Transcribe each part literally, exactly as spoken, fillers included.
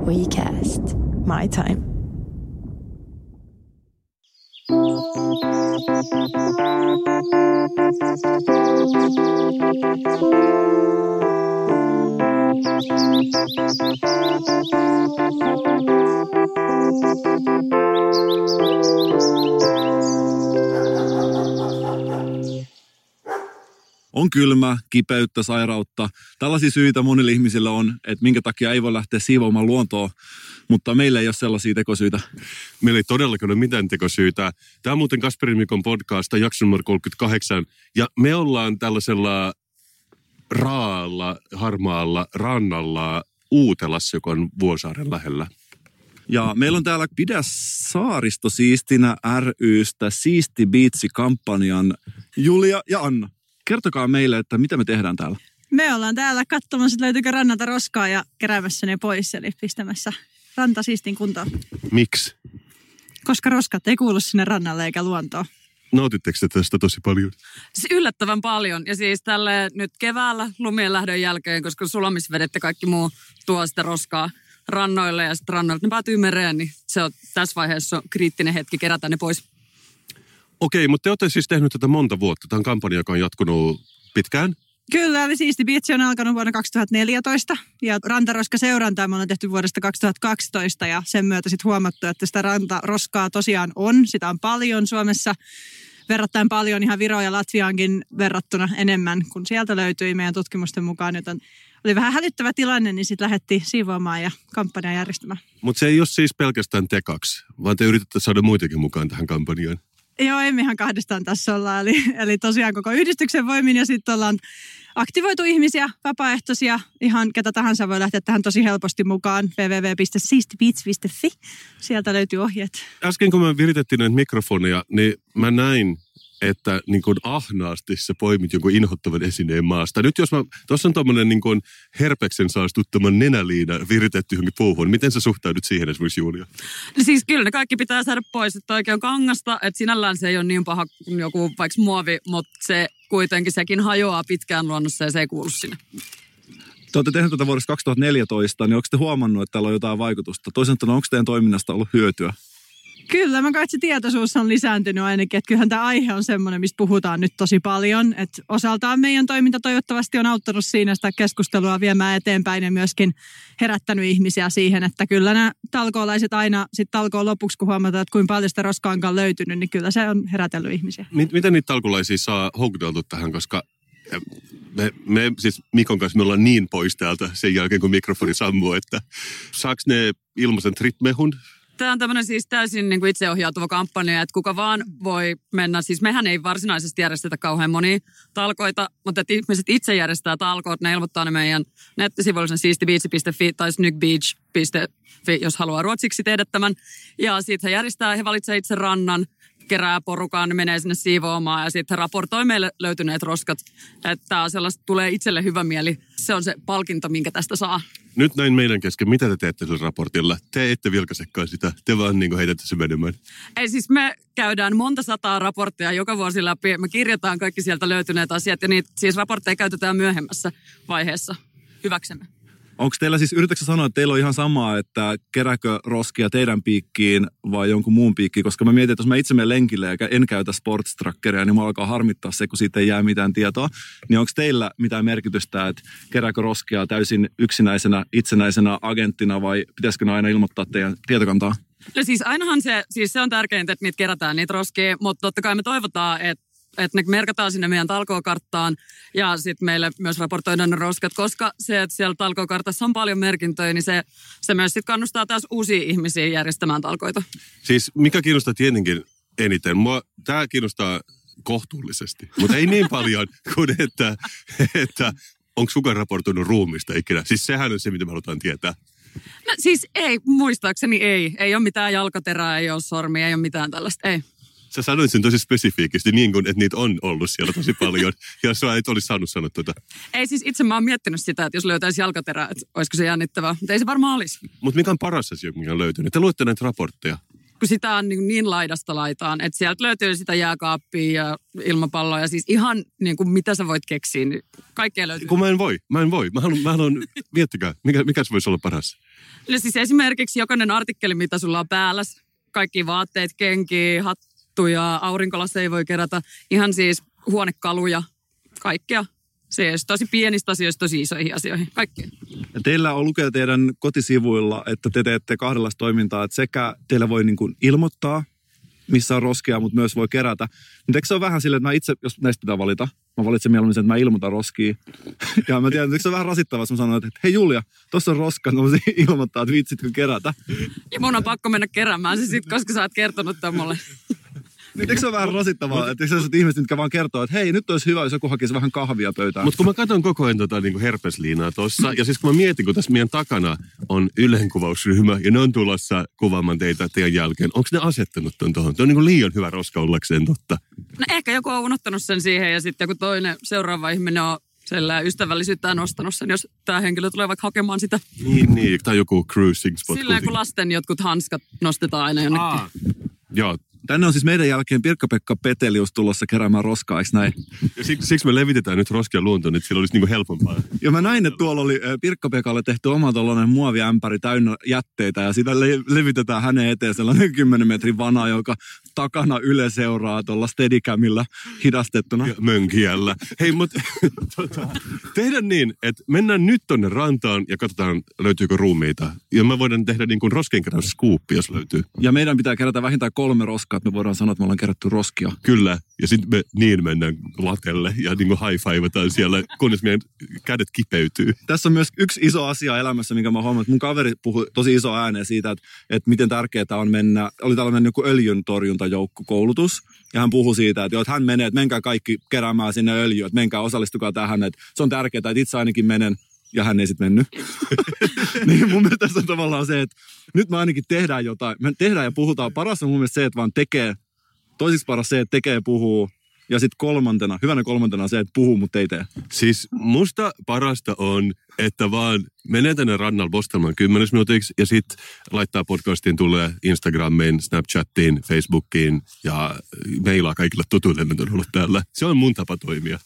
WeCast. My time. On kylmä, kipeyttä, sairautta. Tällaisia syitä monille ihmisille on, että minkä takia ei voi lähteä siivoamaan luontoa, mutta meillä ei ole sellaisia tekosyitä. Meillä ei todellakaan ole mitään tekosyitä. Tämä on muuten Kasperin Mikon podcast, jakso numero kolmekymmentäkahdeksan, ja me ollaan tällaisella raalla, harmaalla rannalla Uutelassa, joka on Vuosaaren lähellä. Ja meillä on täällä Pidä saaristo siistinä ry:stä Siisti Biitsi-kampanjan Julia ja Anna. Kertokaa meille, että mitä me tehdään täällä. Me ollaan täällä katsomassa, että löytyykö rannalta roskaa ja keräämässä ne pois, eli pistämässä ranta siistiin kuntoon. Miksi? Koska roskat ei kuulu sinne rannalle eikä luontoon. Nautitteko te tästä tosi paljon? Siis yllättävän paljon. Ja siis tälle nyt keväällä lumien lähdön jälkeen, koska sulamisvedet ja kaikki muu tuo sitä roskaa rannoille ja sitten rannoille, ne päätyy mereen, niin se on tässä vaiheessa kriittinen hetki kerätä ne pois. Okei, mutta te olette siis tehnyt tätä monta vuotta. Tämä on kampanja, joka on jatkunut pitkään. Kyllä, eli Siisti Biitsi on alkanut vuonna kaksituhattaneljätoista ja rantaroskaseurantaa me ollaan tehty vuodesta kaksituhattakaksitoista ja sen myötä sitten huomattu, että sitä rantaroskaa tosiaan on. Sitä on paljon Suomessa, verrattain paljon ihan Viroon ja Latviaankin verrattuna enemmän, kun sieltä löytyi meidän tutkimusten mukaan. Joten oli vähän hälyttävä tilanne, niin sitten lähdettiin siivoamaan ja kampanjaa järjestämään. Mutta se ei ole siis pelkästään te kaksi, vaan te yritätte saada muitakin mukaan tähän kampanjaan. Joo, emme ihan kahdestaan tässä olla. Eli, eli tosiaan koko yhdistyksen voimin ja sitten ollaan aktivoitu ihmisiä, vapaaehtoisia, ihan ketä tahansa voi lähteä tähän tosi helposti mukaan. double-u double-u double-u piste siistibiitsi piste fi. Sieltä löytyy ohjeet. Äsken kun me viritettiin näitä mikrofoneja, niin mä näin, että niin kuin ahnaasti sä poimit jonkun inhottavan esineen maasta. Nyt jos mä, tuossa on tommonen niin kuin herpeksen saastuttaman nenäliina viritetty johonkin puuhun. Miten sä suhtaudut siihen esimerkiksi, Julia? No siis kyllä ne kaikki pitää saada pois, että oikein on kangasta, että sinällään se ei ole niin paha kuin joku vaikka muovi, mutta se kuitenkin sekin hajoaa pitkään luonnossa ja se ei kuulu sinne. Te olette tehneet tätä vuodesta kaksituhattaneljätoista, niin onko te huomannut, että täällä on jotain vaikutusta? Toisaalta onko teidän toiminnasta ollut hyötyä? Kyllä, mä koen, että se tietoisuus on lisääntynyt ainakin, että kyllähän tämä aihe on semmoinen, mistä puhutaan nyt tosi paljon, että osaltaan meidän toiminta toivottavasti on auttanut siinä sitä keskustelua viemään eteenpäin ja myöskin herättänyt ihmisiä siihen, että kyllä nämä talkoolaiset aina sitten talkoon lopuksi, kun huomataan, että kuinka paljon sitä roskaa onkaan löytynyt, niin kyllä se on herätellyt ihmisiä. Miten niitä talkoolaisia saa houkuteltu tähän, koska me, me siis Mikon kanssa me ollaan niin pois täältä sen jälkeen, kun mikrofoni sammuu, että saako ne ilmaisen tritmehun? Tämä on tämmöinen siis täysin niin kuin itseohjautuva kampanja, että kuka vaan voi mennä. Siis mehän ei varsinaisesti järjestetä kauhean monia talkoita, mutta että ihmiset itse järjestää talkoot. Ne ilmoittaa ne meidän nettisivuillisen siistibiitsi piste fi tai snygbeach piste fi, jos haluaa ruotsiksi tehdä tämän. Ja sitten he järjestää, he valitsee itse rannan, kerää porukaan, menee sinne siivoamaan ja sitten he raportoi meille löytyneet roskat. Että sellaista tulee itselle hyvä mieli. Se on se palkinto, minkä tästä saa. Nyt näin meidän kesken. Mitä te teette sillä raportilla? Te ette vilkaisekaan sitä. Te vaan niin kuin heitätte se menemään. Ei siis me käydään monta sataa raporttia joka vuosi läpi. Me kirjataan kaikki sieltä löytyneet asiat ja niitä siis raportteja käytetään myöhemmässä vaiheessa hyväksemme. Onko teillä siis, yritätkö sanoa, että teillä on ihan samaa, että kerääkö roskia teidän piikkiin vai jonkun muun piikkiin? Koska mä mietin, että jos mä itse menen lenkille ja en käytä sportstrackeria, niin mä alkaa harmittaa se, kun siitä ei jää mitään tietoa. Niin onko teillä mitään merkitystä, että kerääkö roskia täysin yksinäisenä, itsenäisenä agenttina vai pitäisikö ne aina ilmoittaa teidän tietokantaa? No siis ainahan se, siis se on tärkeintä, että niitä kerätään, niitä roskia, mutta totta kai me toivotaan, että että ne merkataan sinne meidän talkookarttaan ja sitten meille myös raportoidaan ne roskat, koska se, että siellä talkookartassa on paljon merkintöjä, niin se, se myös sitten kannustaa taas uusia ihmisiä järjestämään talkoita. Siis mikä kiinnostaa tietenkin eniten? Mua tämä kiinnostaa kohtuullisesti, mutta ei niin paljon kuin että, että onko kukaan raportoinut ruumista ikinä. Siis sehän on se, mitä me halutaan tietää. No siis ei, muistaakseni ei. Ei ole mitään jalkaterää, ei ole sormia, ei ole mitään tällaista, ei. Sä sanoit sen tosi spesifiikisti niin kuin, että niitä on ollut siellä tosi paljon. Ja sä et olisi saanut sanoa tuota. Ei siis itse mä oon miettinyt sitä, että jos löytäisi jalkaterää, että olisiko se jännittävää. Mutta ei se varmaan olisi. Mutta mikä on paras asia, mikä on löytynyt? Te luette näitä raportteja. Kun sitä on niin, niin laidasta laitaan, että sieltä löytyy sitä jääkaappia ja ilmapalloa ja siis ihan niin kuin mitä sä voit keksiä, niin kaikkea löytyy. Kun mä en voi, mä en voi. Mä haluan, mä haluan miettikää, mikä, mikä se voisi olla paras? No siis esimerkiksi jokainen artikkeli, mitä sulla on päällä, kaikki vaatteet, kenkiä, hattuja, aurinkolaseja voi kerätä, ihan siis huonekaluja, kaikkea. Siis tosi pienistä asioista tosi isoihin asioihin, kaikkea. Ja teillä on lukea teidän kotisivuilla, että te teette kahdenlaista toimintaa, että sekä teillä voi niin kuin ilmoittaa, missä on roskia, mutta myös voi kerätä. Mutta eikö se ole vähän silleen, että mä itse, jos näistä pitää valita, mä valitsen mieluummin sen, että mä ilmoitan roskia. Ja mä tiedän, että se on vähän rasittavaa, jos mä sanon, että hei Julia, tossa on roska, no mä ilmoittaa, että viitsitkö kerätä. Ja mun on pakko mennä keräämään se sit, koska sä oot kertonut tämän mulle. Nyt eikö se ole vähän rasittavaa, että sellaiset ihmiset, jotka vaan kertoo, että hei, nyt olisi hyvä, jos joku hakisi vähän kahvia pöytään. Mutta kun mä katson koko ajan tota niin herpesliinaa tossa, ja siis kun mä mietin, kun tässä meidän takana on ylenkuvausryhmä, ja ne on tulossa kuvaamaan teitä teidän jälkeen, onko ne asettanut ton tohon? Tuo on niin kuin liian hyvä roska ollakseen totta. No ehkä joku on unohtanut sen siihen, ja sitten joku toinen seuraava ihminen on sellainen ystävällisyyttään nostanut sen, jos tämä henkilö tulee vaikka hakemaan sitä. Niin, niin, tai joku cruising spot. Silleen kun lasten jotkut hanskat nostetaan aina jonnekin. Aa. Joo. Tänne on siis meidän jälkeen Pirkka-Pekka Petelius tulossa keräämään roskaa, eikö näin? Ja siksi, siksi me levitetään nyt roskia luontoon, että sillä olisi niinku helpompaa. Ja mä näin, että tuolla oli Pirkka-Pekalle tehty oma tollainen muoviämpäri täynnä jätteitä ja sitä le- levitetään hänen eteen sellainen kymmenen metrin vana, joka takana Yle seuraa tuolla Steadicamilla hidastettuna. Ja mönkijällä. Hei, mutta tota, tehdään niin, että mennään nyt tonne rantaan ja katsotaan, löytyykö ruumiita. Ja me voidaan tehdä niin kuin roskenkeräysskuuppi, jos löytyy. Ja meidän pitää kerätä vähintään kolme roskaa, että me voidaan sanoa, että me ollaan kerätty roskia. Kyllä, ja sitten me niin mennään latelle ja niin kuin high-fiveataan siellä, kunnes meidän kädet kipeytyy. Tässä on myös yksi iso asia elämässä, minkä mä huomaan, että mun kaveri puhui tosi iso ääneen siitä, että, että miten tärkeää on mennä, oli tällainen joku öljyntorjuntajoukkokoulutus, ja hän puhui siitä, että, jo, että hän menee, että menkää kaikki keräämään sinne öljyä, että menkää osallistukaa tähän, että se on tärkeää, että itse ainakin menen, ja hän ei sitten mennyt. Niin mun mielestä tässä on tavallaan se, että nyt me ainakin tehdään jotain. Me tehdään ja puhutaan. Paras on mun mielestä se, että vaan tekee. Toisiksi paras se, että tekee ja puhuu. Ja sitten kolmantena, hyvänä kolmantena on se, että puhuu, mutta ei tee. Siis musta parasta on, että vaan menee tänne rannalle postelmaan kymmenes minuutiksi ja sitten laittaa podcastiin, tulee Instagramiin, Snapchattiin, Facebookiin ja meilaa kaikille tutuille, mitä on ollut täällä. Se on mun tapa toimia.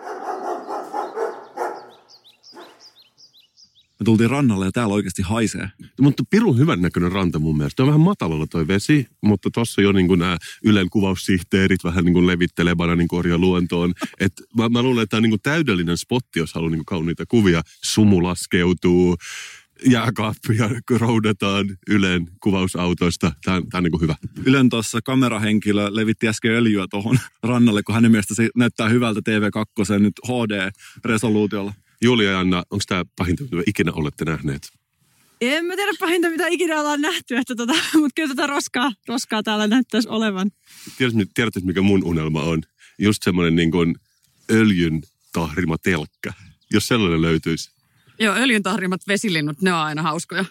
Me tultiin rannalle ja täällä oikeasti haisee. Mutta pirun hyvän näköinen ranta mun mielestä. On vähän matalalla toi vesi, mutta tossa jo niin kuin nämä Ylen kuvaussihteerit vähän niin kuin levittelee banaaninkorja luontoon. Et mä, mä luulen, että tämä on niin kuin täydellinen spotti, jos haluaa niin kuin kauniita kuvia. Sumu laskeutuu, jääkaappia roudataan Ylen kuvausautoista. Tämä, tämä on niin kuin hyvä. Ylen tuossa kamerahenkilö levitti äsken öljyä tuohon rannalle, kun hänen mielestä se näyttää hyvältä T V kaksi nyt H D-resoluutiolla. Julia ja Anna, onko tämä pahinta, mitä ikinä olette nähneet? En mä tiedä pahinta, mitä ikinä ollaan nähty, että tota, mutta kyllä tätä roskaa, roskaa täällä näyttäisi olevan. Tiedätkö, tiedätkö, mikä mun unelma on? Just semmoinen niin kuin öljyn tahrima telkkä, jos sellainen löytyisi. Joo, öljyn tahrimat vesilinnut, ne on aina hauskoja.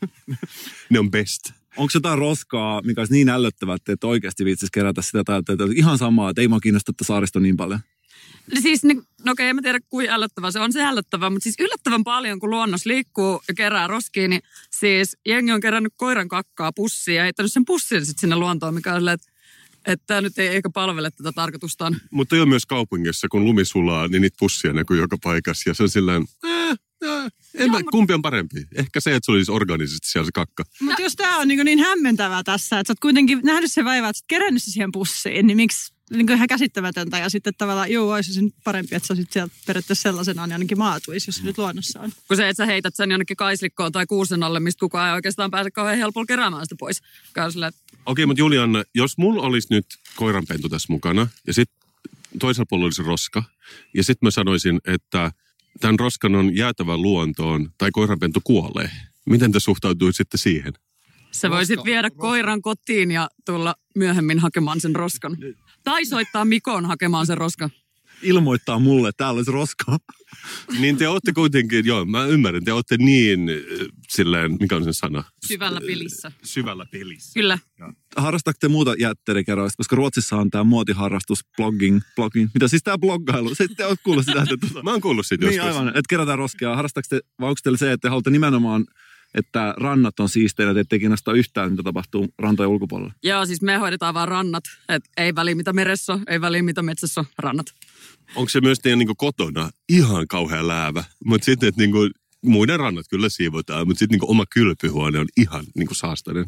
Ne on best. Onko jotain roskaa, mikä olisi niin ällöttävää, että oikeasti viitsisi kerätä sitä tai että ihan samaa, että ei mua kiinnosta tätä saaristo niin paljon? Siis, no okei, en mä tiedä kuinka ällöttävää se on, se ällöttävää, mutta siis yllättävän paljon, kun luonnossa liikkuu ja kerää roskia, niin siis jengi on kerännyt koiran kakkaa pussiin ja heittänyt sen pussin sitten sinne luontoon, mikä on silleen, että että tämä nyt ei eikä palvele tätä tarkoitustaan. Mutta on myös kaupungissa, kun lumi sulaa, niin niitä pussia näkyy joka paikassa ja se on silleen, äh, äh, en mä, kumpi on parempi? Ehkä se, että se olisi organisesti siellä se kakka. Mutta jos tämä on niin, niin hämmentävää tässä, että sä oot kuitenkin nähnyt sen vaivaa, että sä oot kerännyt se siihen pussiin, niin miksi niin ihan käsittämätöntä ja sitten tavallaan, joo, olisi se nyt parempi, että sä olisit siellä periaatteessa sellaisenaan niin ainakin maatuisi, jos se nyt luonnossa on. Kun se, että sä heität sen jonnekin kaislikkoon tai kuusen alle, mistä kukaan ei oikeastaan pääse kauhean helpolla keräämään sitä pois. Okei, okay, mutta Julianna, jos mulla olisi nyt koiranpentu tässä mukana ja sitten toisella puolella olisi roska ja sitten mä sanoisin, että tämän roskan on jäätävä luontoon tai koiranpentu kuolee. Miten te suhtautuisitte siihen? Sä voisit viedä koiran kotiin ja tulla myöhemmin hakemaan sen roskan. Tai soittaa Mikon hakemaan sen roskan. Ilmoittaa mulle, että täällä olisi roskaa. Niin te olette kuitenkin, joo, mä ymmärrän, te olette niin silleen, mikä on sen sana? Syvällä pelissä. Syvällä pelissä. Kyllä. Harrastaako te muuta jätteiden-keräystä? Koska Ruotsissa on tämä muotiharrastus, blogging, blogging. Mitä siis tämä bloggailu? Se, te oot kuullut sitä. Että tuota... Mä oon kuullut siitä niin, joskus. Aivan, että kerätään roskia. Harrastaako te, vai onko teillä se, että te haluatte nimenomaan, että rannat on siisteinä, että ettei kiinnostaa yhtään, mitä tapahtuu rantojen ulkopuolella? Joo, siis me hoidetaan vaan rannat. Et ei väliä mitä meressä on, ei väliä mitä metsässä on, rannat. Onko se myös teidän niin kotona ihan kauhea läävä? Mutta sitten, että niin muiden rannat kyllä siivotaan, mutta sitten niinku oma kylpyhuone on ihan niinku saastainen.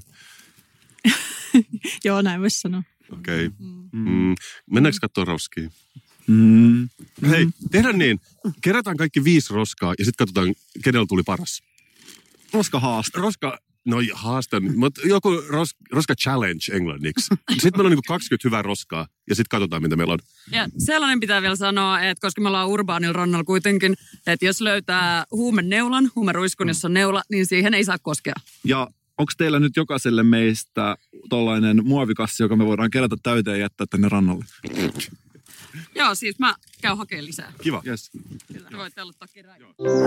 Joo, näin voisi sanoa. Okei. Okay. Mm. Mennäänkö katsoa roskia? Mm. Hei, tehdään niin. Kerätään kaikki viisi roskaa ja sitten katsotaan, kenellä tuli paras. Roska haasta. Roska, no haastan, mutta joku ros, roska challenge englanniksi. Sitten meillä on niinku kaksikymmentä hyvää roskaa ja sitten katsotaan, mitä meillä on. Ja sellainen pitää vielä sanoa, että koska me ollaan urbaanilla rannalla kuitenkin, että jos löytää huumeneulan, huumeruiskun, jossa on neula, niin siihen ei saa koskea. Ja onko teillä nyt jokaiselle meistä tollainen muovikassi, joka me voidaan kerätä täyteen ja jättää tänne rannalle? Joo, siis mä käyn hakemaan lisää. Kiva. Yes. Kyllä. Voitte aloittaa kerää.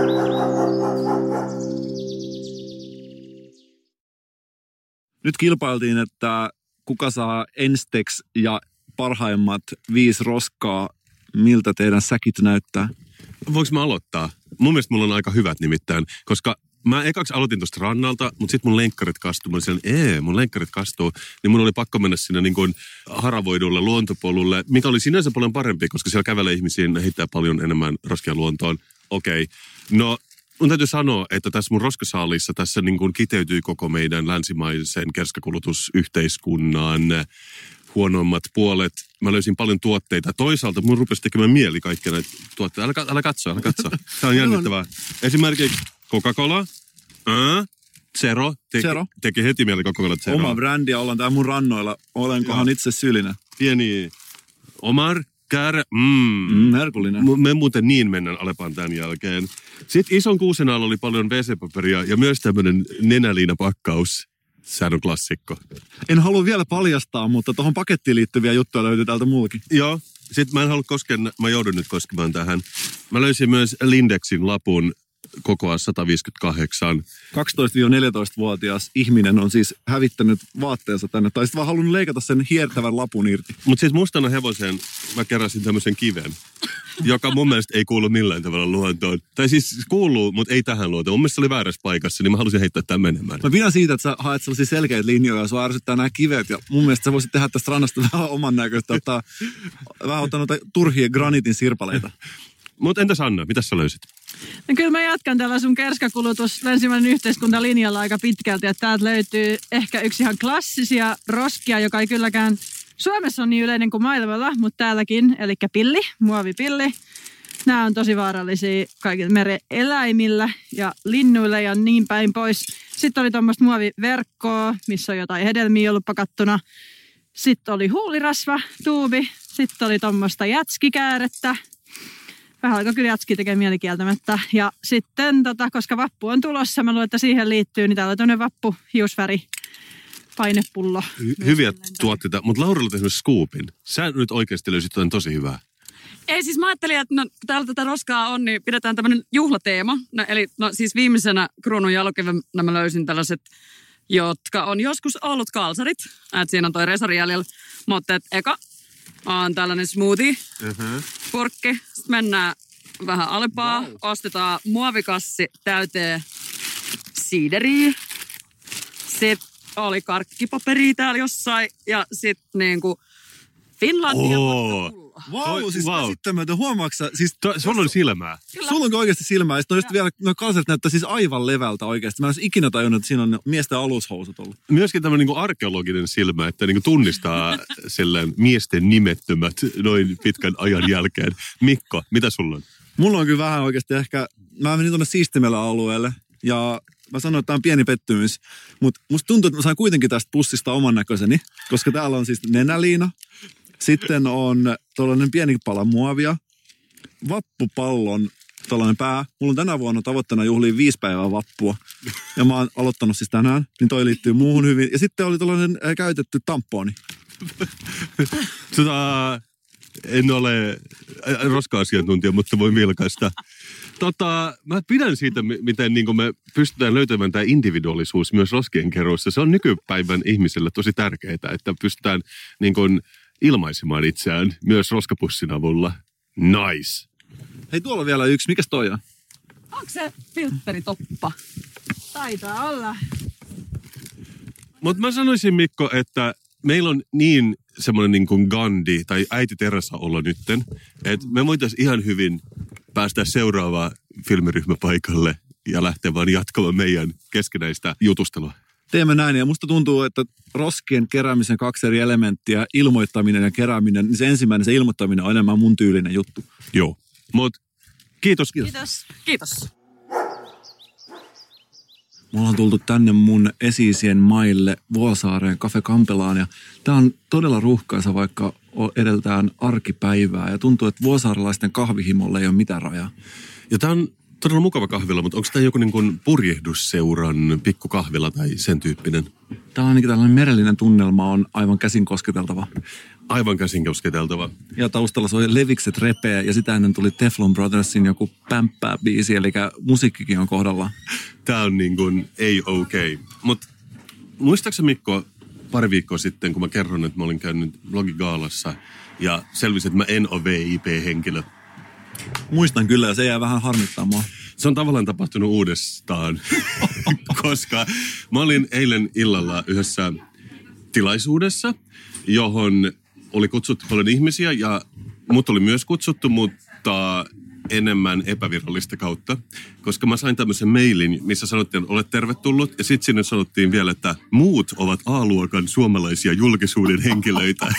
Nyt kilpailtiin, että kuka saa ensteksi ja parhaimmat viisi roskaa. Miltä teidän säkit näyttää? Voinko mä aloittaa? Mun mielestä mulla on aika hyvät nimittäin, koska mä ekaksi aloitin tuosta rannalta, mutta sitten mun lenkkarit kastuu. Mä olin siellä, ee, mun lenkkarit kastuu. Niin mun oli pakko mennä sinne niin kuin haravoidulle luontopolulle, mikä oli sinänsä paljon parempi, koska siellä kävelee ihmisiä, ne heittää paljon enemmän roskia luontoon. Okei. Okay. No, mun täytyy sanoa, että tässä mun roskasaalissa tässä niin kuin kiteytyy koko meidän länsimaisen kerskakulutusyhteiskunnan huonoimmat puolet. Mä löysin paljon tuotteita. Toisaalta mun rupesi tekemään mieli kaikkia näitä tuotteita. Älä, älä katso, älä katso. Tämä on jännittävää. Esimerkiksi Coca-Cola, ää, Zero, teki, Zero. teki heti mieli Coca-Cola Zero. Oma brändi ja ollaan täällä mun rannoilla. Olenkohan Joo. itse syyllinen? Pieni Omar, Kär, mm. Mm, herkullinen. Me muuten niin mennään Alepaan tämän jälkeen. Sitten ison kuusen alla oli paljon wee see-paperia ja myös tämmöinen nenäliinapakkaus. Sehän on klassikko. En halua vielä paljastaa, mutta tuohon pakettiin liittyviä juttuja löytyy täältä muuallekin. Joo. Sitten mä en halua koskea, mä joudun nyt koskemaan tähän. Mä löysin myös Lindexin lapun kokoa sata viisikymmentäkahdeksan. kaksitoista-neljätoista-vuotias ihminen on siis hävittänyt vaatteensa tänne, tai sitten vaan halunnut leikata sen hiertävän lapun irti. Mutta siis mustana hevoseen mä keräsin tämmöisen kiven, joka mun mielestä ei kuulu millään tavalla luontoon. Tai siis kuuluu, mutta ei tähän luontoon. Mun mielestä se oli väärässä paikassa, niin mä halusin heittää tämän menemään. Mä pidän siitä, että sä haet sellaisia selkeitä linjoja ja sua ärsyttää nämä kivet. Ja mun mielestä sä voisit tehdä tästä rannasta vähän oman näköistä, ottaa vähän ottaa noita turhia granitin sirpaleita. Mutta entäs Anna, mitä sä löysit? No kyllä mä jatkan tällä sun kerskakulutus länsimainen yhteiskuntalinjalla aika pitkälti. Että täältä löytyy ehkä yksi ihan klassisia roskia, joka ei kylläkään Suomessa on niin yleinen kuin maailmalla, mutta täälläkin, eli pilli, muovipilli. Nämä on tosi vaarallisia kaikille mereeläimillä ja linnuille ja niin päin pois. Sitten oli tuommoista muoviverkkoa, missä on jotain hedelmiä ollut pakattuna. Sitten oli huulirasva, tuubi. Sitten oli tuommoista jätskikäärettä. Vähän alkoi kyllä jatski tekee mielikieltämättä. Ja sitten, tota, koska vappu on tulossa, mä luulen, että siihen liittyy, niin täällä on tämmöinen vappu hiusväri painepullo. Hy- hyviä tuotteita, mutta Laurilla on tehnyt scoopin. Sä nyt oikeasti löysit jotain tosi hyvää. Ei siis mä ajattelin, että no, täällä tätä roskaa on, niin pidetään tämmöinen juhlateema. No, eli no, siis viimeisenä kruunun jälkeenä mä löysin tällaiset, jotka on joskus ollut kalsarit. Että siinä on toi resari jäljellä. Mutta et eka on tällainen smoothie-purkki. Uh-huh. Sitten mennään vähän alempaa. Wow. Ostetaan muovikassi täyteen siideriä. Sitten oli karkkipaperia täällä jossain. Ja sitten niinku Finlandia. Oh. Vau, wow, siis wow. käsittämätön. Huomaatko siis... To, sulla on silmää. Kyllä. Sulla on oikeasti silmää. Ja sitten vielä, no kalsarit näyttää siis aivan levältä oikeasti. Mä en olisi ikinä tajunnut, että siinä on miesten alushousut ollut. Myöskin tämmöinen niin arkeologinen silmä, että niin tunnistaa silleen miesten nimettömät noin pitkän ajan jälkeen. Mikko, mitä sulla on? Mulla on kyllä vähän oikeasti ehkä... Mä menin tuonne Siistimellä alueelle ja mä sanoin, että tämä on pieni pettymys. Mutta musta tuntuu, että mä sain kuitenkin tästä pussista oman näköiseni, koska täällä on siis nenäliina. Sitten on tuollainen pieni pala muovia, vappupallon tällainen pää. Mulla on tänä vuonna tavoitteena juhliin viisi päivää vappua. Ja mä oon aloittanut siis tänään, niin toi liittyy muuhun hyvin. Ja sitten oli tällainen käytetty tamponi. Tota, en ole roska-asiantuntija, mutta voin vilkaista. Tota, mä pidän siitä, miten niin me pystytään löytämään tämä individuaalisuus myös roskien keruussa. Se on nykypäivän ihmiselle tosi tärkeää, että pystytään niin kuin ilmaisemaan itseään myös roskapussin avulla. Nice. Hei, tuolla on vielä yksi. Mikäs toi on? Onko se filtteritoppa? Taitaa olla. Mutta mä sanoisin, Mikko, että meillä on niin semmoinen niin kuin Gandhi tai äiti Teresa olla nytten, että me voitaisiin ihan hyvin päästä seuraavaan filmiryhmäpaikalle ja lähteä vaan jatkamaan meidän keskenäistä jutustelua. Teemme näin, ja musta tuntuu, että roskien keräämisen kaksi eri elementtiä, ilmoittaminen ja kerääminen, niin se ensimmäinen, se ilmoittaminen on enemmän mun tyylinen juttu. Joo, mutta kiitos. Kiitos. Kiitos. Mulla on tultu tänne mun esi-isien maille Vuosaareen Cafe Campelaan, ja tää on todella ruuhkaisa, vaikka edeltään arkipäivää, ja tuntuu, että vuosaarelaisten kahvihimolle ei ole mitään rajaa. Ja tää on todella mukava kahvila, mutta onko tämä joku niin kuin purjehdusseuran pikkukahvila tai sen tyyppinen? Tää on ainakin tällainen merellinen tunnelma, on aivan käsin kosketeltava. Aivan käsin kosketeltava. Ja taustalla soi Levikset repee, ja sitä ennen tuli Teflon Brothersin joku pämppää biisi, eli musiikkikin on kohdallaan. Tää on niin kuin ei okei. Okay. Mutta muistaaksä Mikko pari viikkoa sitten, kun mä kerron, että mä olin käynyt blogigaalassa ja selvisi, että mä en ole V I P-henkilö. Muistan kyllä, ja se jää vähän harmittaa mua. Se on tavallaan tapahtunut uudestaan, koska mä olin eilen illalla yhdessä tilaisuudessa, johon oli kutsuttu paljon ihmisiä ja mut oli myös kutsuttu, mutta enemmän epävirallista kautta, koska mä sain tämmöisen mailin, missä sanottiin, että olet tervetullut, ja sitten sinne sanottiin vielä, että muut ovat A-luokan suomalaisia julkisuuden henkilöitä.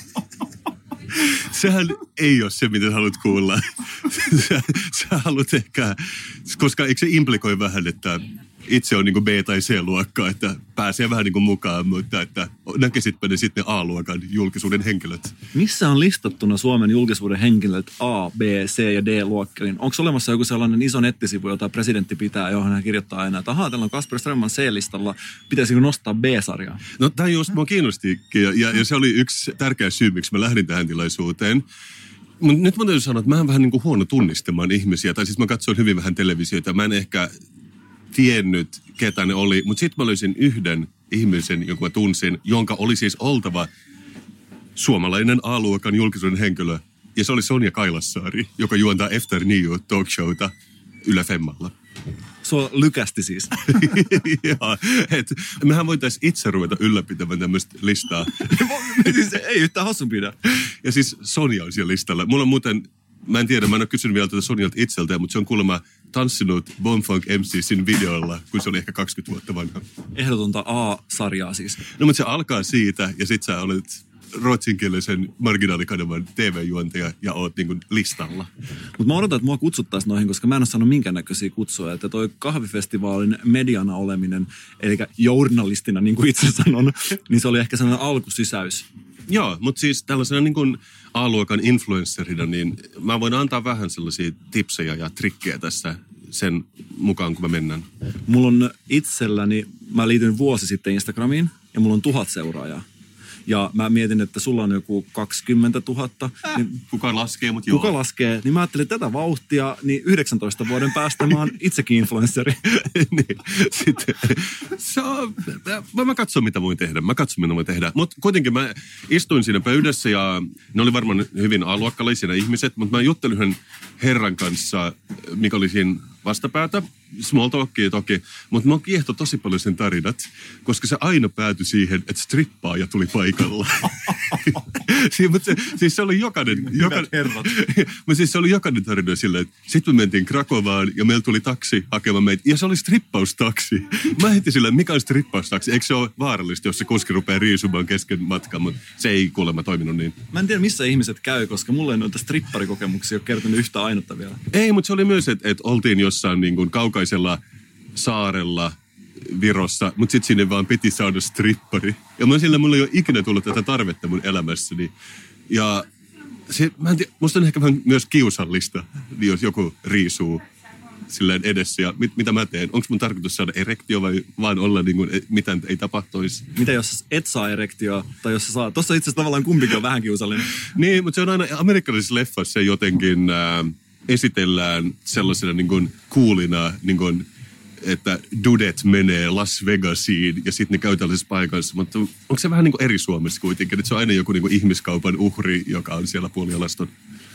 Sehän ei ole se, mitä haluat kuulla. Sä, sä haluat ehkä, koska eikö se implikoi vähän, että itse on niin kuin B- tai C-luokkaa, että pääsee vähän niin kuin mukaan, mutta että näkisitpä ne sitten A-luokan julkisuuden henkilöt. Missä on listattuna Suomen julkisuuden henkilöt A, B, C ja D-luokkiin? Onko olemassa joku sellainen iso nettisivu, jota presidentti pitää, johon hän kirjoittaa aina, että ahaa, täällä on Kasper Strömman C-listalla, pitäisikö nostaa B-sarjaa? No tämä just mua kiinnostikin, ja, ja, ja se oli yksi tärkeä syy, miksi mä lähdin tähän tilaisuuteen. Mutta nyt mä täytyy sanoa, että mä oon vähän niin kuin huono tunnistamaan ihmisiä, tai siis mä katsoin hyvin vähän televisiota, mä en ehkä tiennyt, ketä ne oli, mutta sitten mä löysin yhden ihmisen, jonka mä tunsin, jonka oli siis oltava suomalainen A-luokan julkisuuden henkilö. Ja se oli Sonja Kailassaari, joka juontaa After New talkshowta Yle Femmalla. Sua lykästi siis. Joo, että mehän voitaisiin itse ruveta ylläpitämään tämmöistä listaa. Siis ei yhtään hassun pidä. Ja siis Sonja on siellä listalla. Mulla on muuten, mä en tiedä, mä en ole kysynyt vielä tätä Sonjalta itseltään, mutta se on kuulemma tanssinut Bonfunk M C:sin videolla, kun se oli ehkä kaksikymmentä vuotta vanha. Ehdotonta A-sarjaa siis. No mutta se alkaa siitä, ja sit sä olet ruotsinkielisen marginaalikanavan T V-juontaja ja oot niin kuin listalla. Mutta mä odotan, että mua kutsuttaisiin noihin, koska mä en ole saanut minkäännäköisiä kutsuja. Että toi kahvifestivaalin mediana oleminen, eli journalistina, niin kuin itse sanon, niin se oli ehkä sellainen alkusysäys. Joo, mutta siis tällaisena niin kuin A-luokan influencerina, niin mä voin antaa vähän sellaisia tipsejä ja trikkejä tässä sen mukaan, kun mä mennään. Mulla on itselläni, mä liityin vuosi sitten Instagramiin ja mulla on tuhat seuraajaa. Ja mä mietin, että sulla on joku kaksikymmentätuhatta. Äh, niin kuka laskee, mutta joo. Kuka laskee? Niin mä ajattelin, että tätä vauhtia, niin yhdeksäntoista vuoden päästä mä oon itsekin influenssari. niin, sitten, se on, mä, mä katson, mitä voin tehdä. Mä katson, mitä voin tehdä. Mutta kuitenkin mä istuin siinä pöydässä ja ne oli varmaan hyvin A-luokkalaisia ihmiset, mutta mä juttelin yhden herran kanssa, mikä oli siinä vastapäätä. Small talkia toki, mutta mä kiehtoi tosi paljon sen tarinat, koska se aina päätyi siihen, että strippaaja tuli paikalla. siis, mutta se, siis se oli jokainen, jokainen mutta siis se oli jokainen tarina silleen, että sitten me mentiin Krakovaan ja meillä tuli taksi hakemaan meitä, ja se oli strippaustaksi. Mä heitin silleen, mikä on strippaustaksi? Eikö se ole vaarallista, jos se kuski rupeaa riisumaan kesken matkan, mutta se ei kuulemma toiminut niin. Mä en tiedä, missä ihmiset käy, koska mulle ei noita stripparikokemuksia ole kertonut yhtä ainutta vielä. Ei, mutta se oli myös, että, että oltiin jossain niin kuin kaukaisella saarella Virossa, mutta sitten sinne vaan piti saada strippari. Ja mä sillä mulla ei ole ikinä tullut tätä tarvetta mun elämässäni. Ja se, mä en tiedä, musta on ehkä vähän myös kiusallista, jos joku riisuu silleen edessä. Ja mit, mitä mä teen? Onko mun tarkoitus saada erektio vai vaan olla niin kuin, mitään ei tapahtuisi? Mitä jos et saa erektioa? Tai jos sä saa? Tossa itse asiassa tavallaan kumpikin on vähän kiusallinen. Niin, mutta se on aina amerikkalaisissa leffassa jotenkin äh, esitellään sellaisena niin kuin coolina, niin kuin että dudet menee Las Vegasiin ja sitten ne käy tällaisessa paikassa. Mutta onko se vähän niin kuin eri Suomessa kuitenkin? Että se on aina joku niin kuin ihmiskaupan uhri, joka on siellä puolialaston?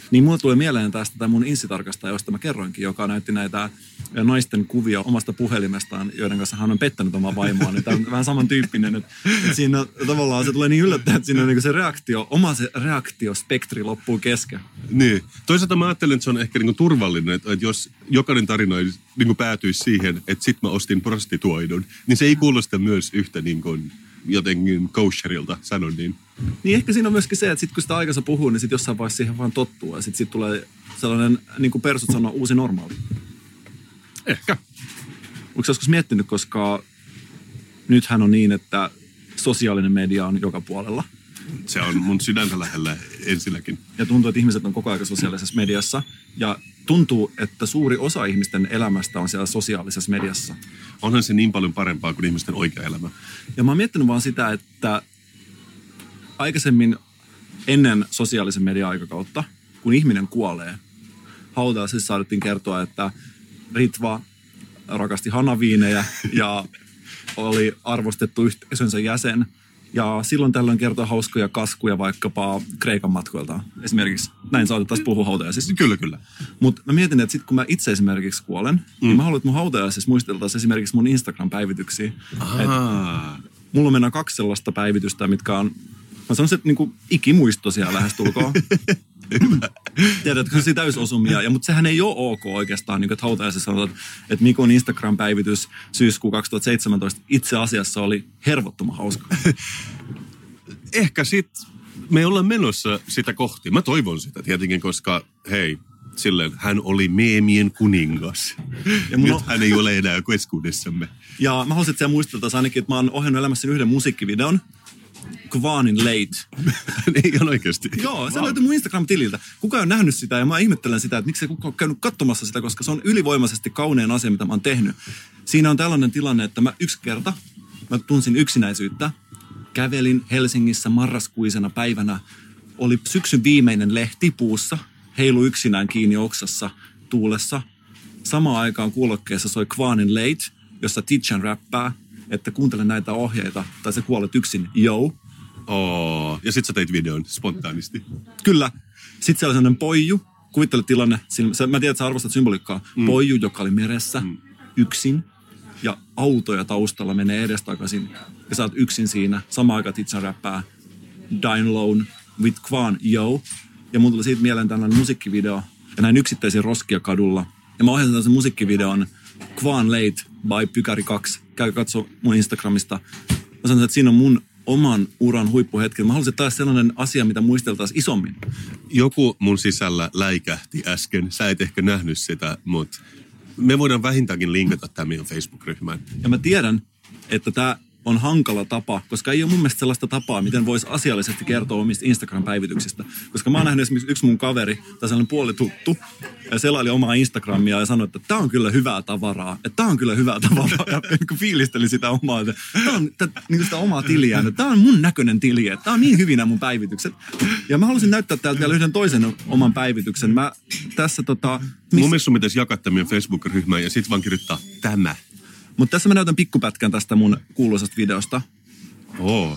Niin mulle tulee mieleen tästä tämä mun insitarkastaja, josta mä kerroinkin, joka näytti näitä naisten kuvia omasta puhelimestaan, joiden kanssa hän on pettänyt omaa vaimoaan. Niin tämä on vähän samantyyppinen, että, että siinä tavallaan se tulee niin yllättäen, että siinä niin se reaktio, oma se reaktiospektri loppuu kesken. Niin. Toisaalta mä ajattelen, että se on ehkä niin kuin turvallinen, että jos jokainen tarina niin kuin päätyisi siihen, että sit mä ostin prostituoidun, niin se ei kuulosta myös yhtä niin kuin jotenkin kosherilta, sanon niin. Niin ehkä siinä on myöskin se, että sit kun sitä aikansa puhuu, niin sit jossain vaiheessa siihen vaan tottuu. Ja sit, sit tulee sellainen, niin kuin persut sanoo, uusi normaali. Ehkä. Onko joskus miettinyt, koska nythän on niin, että sosiaalinen media on joka puolella. Se on mun sydäntä lähellä ensinnäkin. Ja tuntuu, että ihmiset on koko ajan sosiaalisessa mediassa. Ja tuntuu, että suuri osa ihmisten elämästä on siellä sosiaalisessa mediassa. Onhan se niin paljon parempaa kuin ihmisten oikea elämä. Ja mä oon miettinyt vaan sitä, että aikaisemmin ennen sosiaalisen median aikakautta, kun ihminen kuolee, hautajaisissa saadettiin kertoa, että Ritva rakasti hanaviinejä ja oli arvostettu yhteisönsä jäsen. Ja silloin tällöin kertoo hauskoja kaskuja vaikkapa Kreikan matkoilta. Esimerkiksi näin saatettaisiin puhua hautajaisissa. Kyllä, kyllä. Mutta mä mietin, että sitten kun mä itse esimerkiksi kuolen, mm. niin mä haluan, että mun hautajaisissa muisteltaisiin esimerkiksi mun Instagram-päivityksiä. Mulla on mennään kaksi sellaista päivitystä, mitkä on, mä sanoisin, että niinku ikimuistoisia lähestulkoon. Tiedätkö, se täysosumia. Ja, mutta sehän ei ole ok oikeastaan, niin kuin, että hautajaisissa sanotaan, että, että Mikon Instagram-päivitys syyskuu kaksituhattaseitsemäntoista itse asiassa oli hervottoman hauska. Ehkä sit me ollaan menossa sitä kohti. Mä toivon sitä tietenkin, koska hei, silleen hän oli meemien kuningas. Ja nyt on... hän ei ole enää keskuudessamme. Ja mä haluaisin, että sä muisteltaisiin ainakin, että mä oon ohjannut elämässäni yhden musiikkivideon. Kvanin Late. Niin ihan oikeasti. Joo, se wow. löytyy mun Instagram-tililtä. Kuka on nähnyt sitä ja mä ihmettelen sitä, että miksi kuka on käynyt katsomassa sitä, koska se on ylivoimaisesti kaunein asia, mitä mä oon tehnyt. Siinä on tällainen tilanne, että mä yksi kerta, mä tunsin yksinäisyyttä. Kävelin Helsingissä marraskuisena päivänä. Oli syksyn viimeinen lehti puussa. Heilu yksinään kiinni oksassa tuulessa. Samaan aikaan kuulokkeessa soi Kvanin Late, jossa Titchan räppää, että kuuntele näitä ohjeita, tai sä kuolet yksin, yo. Oh, ja sit sä teit videon spontaanisti. Kyllä. Sitten siellä oli sellainen poiju, kuvittele tilanne, mä tiedän, että sä arvostat symboliikkaa, mm. poiju, joka oli meressä, mm. yksin, ja autoja taustalla menee edestakaisin, ja sä oot yksin siinä, samaan aikaan Titsan räppää, Dine Alone with Kvan, yo. Ja mun tuli siitä mieleen tällainen musiikkivideo, ja näin yksittäisiä roskia kadulla. Ja mä ohjasin tällaisen musiikkivideon, Kvan Late by Pykäri kaksi. Käy katso mun Instagramista. Mä sanoin, että siinä on mun oman uran huippuhetki. Mä haluaisin, että taas sellainen asia, mitä muisteltaisiin isommin. Joku mun sisällä läikähti äsken. Sä et ehkä nähnyt sitä, mutta me voidaan vähintäänkin linkata tämän meidän Facebook-ryhmään. Ja mä tiedän, että tämä on hankala tapa, koska ei ole mun mielestä sellaista tapaa, miten voisi asiallisesti kertoa omista Instagram-päivityksistä. Koska mä oon nähnyt esimerkiksi yksi mun kaveri, tai sellainen puolituttu, ja selaili omaa Instagramia ja sanoi, että tää on kyllä hyvää tavaraa, että tää on kyllä hyvää tavaraa, ja kun fiilisteli sitä omaa, että tää on tää, niin sitä omaa tiliä, että tää on mun näköinen tili, että tää on niin hyvinä mun päivitykset. Ja mä halusin näyttää täältä vielä yhden toisen oman päivityksen. Mä tässä tota... Miss... Mun mielestä sun pitäisi jakaa tämän meidän Facebook-ryhmään ja sit vaan kirjoittaa tämä. Mutta tässä mä näytän pikkupätkän tästä mun kuuluisasta videosta. Oo.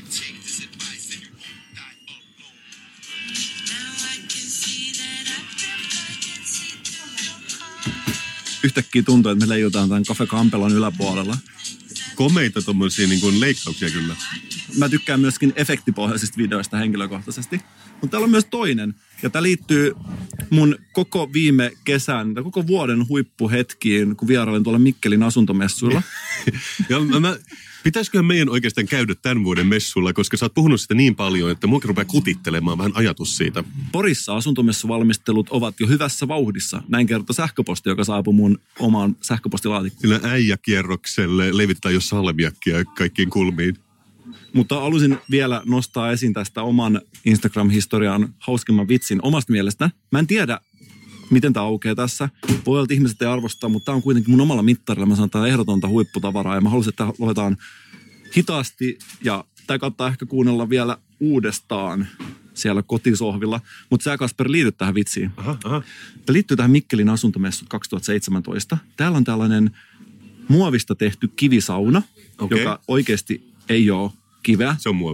Yhtäkkiä tuntuu, että me leijutaan tämän Cafe Campelon yläpuolella. Komeita tommosia niin kuin leikkauksia kyllä. Mä tykkään myöskin efektipohjaisista videoista henkilökohtaisesti. Mutta täällä on myös toinen. Ja tää liittyy mun koko viime kesän, tai koko vuoden huippuhetkiin, kun vierailin tuolla Mikkelin asuntomessuilla. ja mä, mä, pitäisiköhän meidän oikeastaan käydä tämän vuoden messuilla, koska sä oot puhunut sitä niin paljon, että mua rupeaa kutittelemaan vähän ajatus siitä. Porissa asuntomessuvalmistelut ovat jo hyvässä vauhdissa. Näin kertoo sähköposti, joka saapui mun omaan sähköpostilaatikkoon. Sillä äijäkierrokselle levitetään jo salmiakkia kaikkiin kulmiin. Mutta halusin vielä nostaa esiin tästä oman Instagram-historian hauskimman vitsin omasta mielestä. Mä en tiedä, miten tämä aukeaa tässä. Voi olla, että ihmiset ei arvosta, mutta tämä on kuitenkin mun omalla mittarilla. Mä sanon, että tämä on ehdotonta huipputavaraa ja mä haluaisin, että luetaan hitaasti ja tämä kannattaa ehkä kuunnella vielä uudestaan siellä kotisohvilla. Mutta sä, Kasper, liityt tähän vitsiin. Aha, aha. Tämä liittyy tähän Mikkelin asuntomessut kaksituhattaseitsemäntoista. Täällä on tällainen muovista tehty kivisauna, okay, joka oikeasti ei ole kiveä. Se on muovia.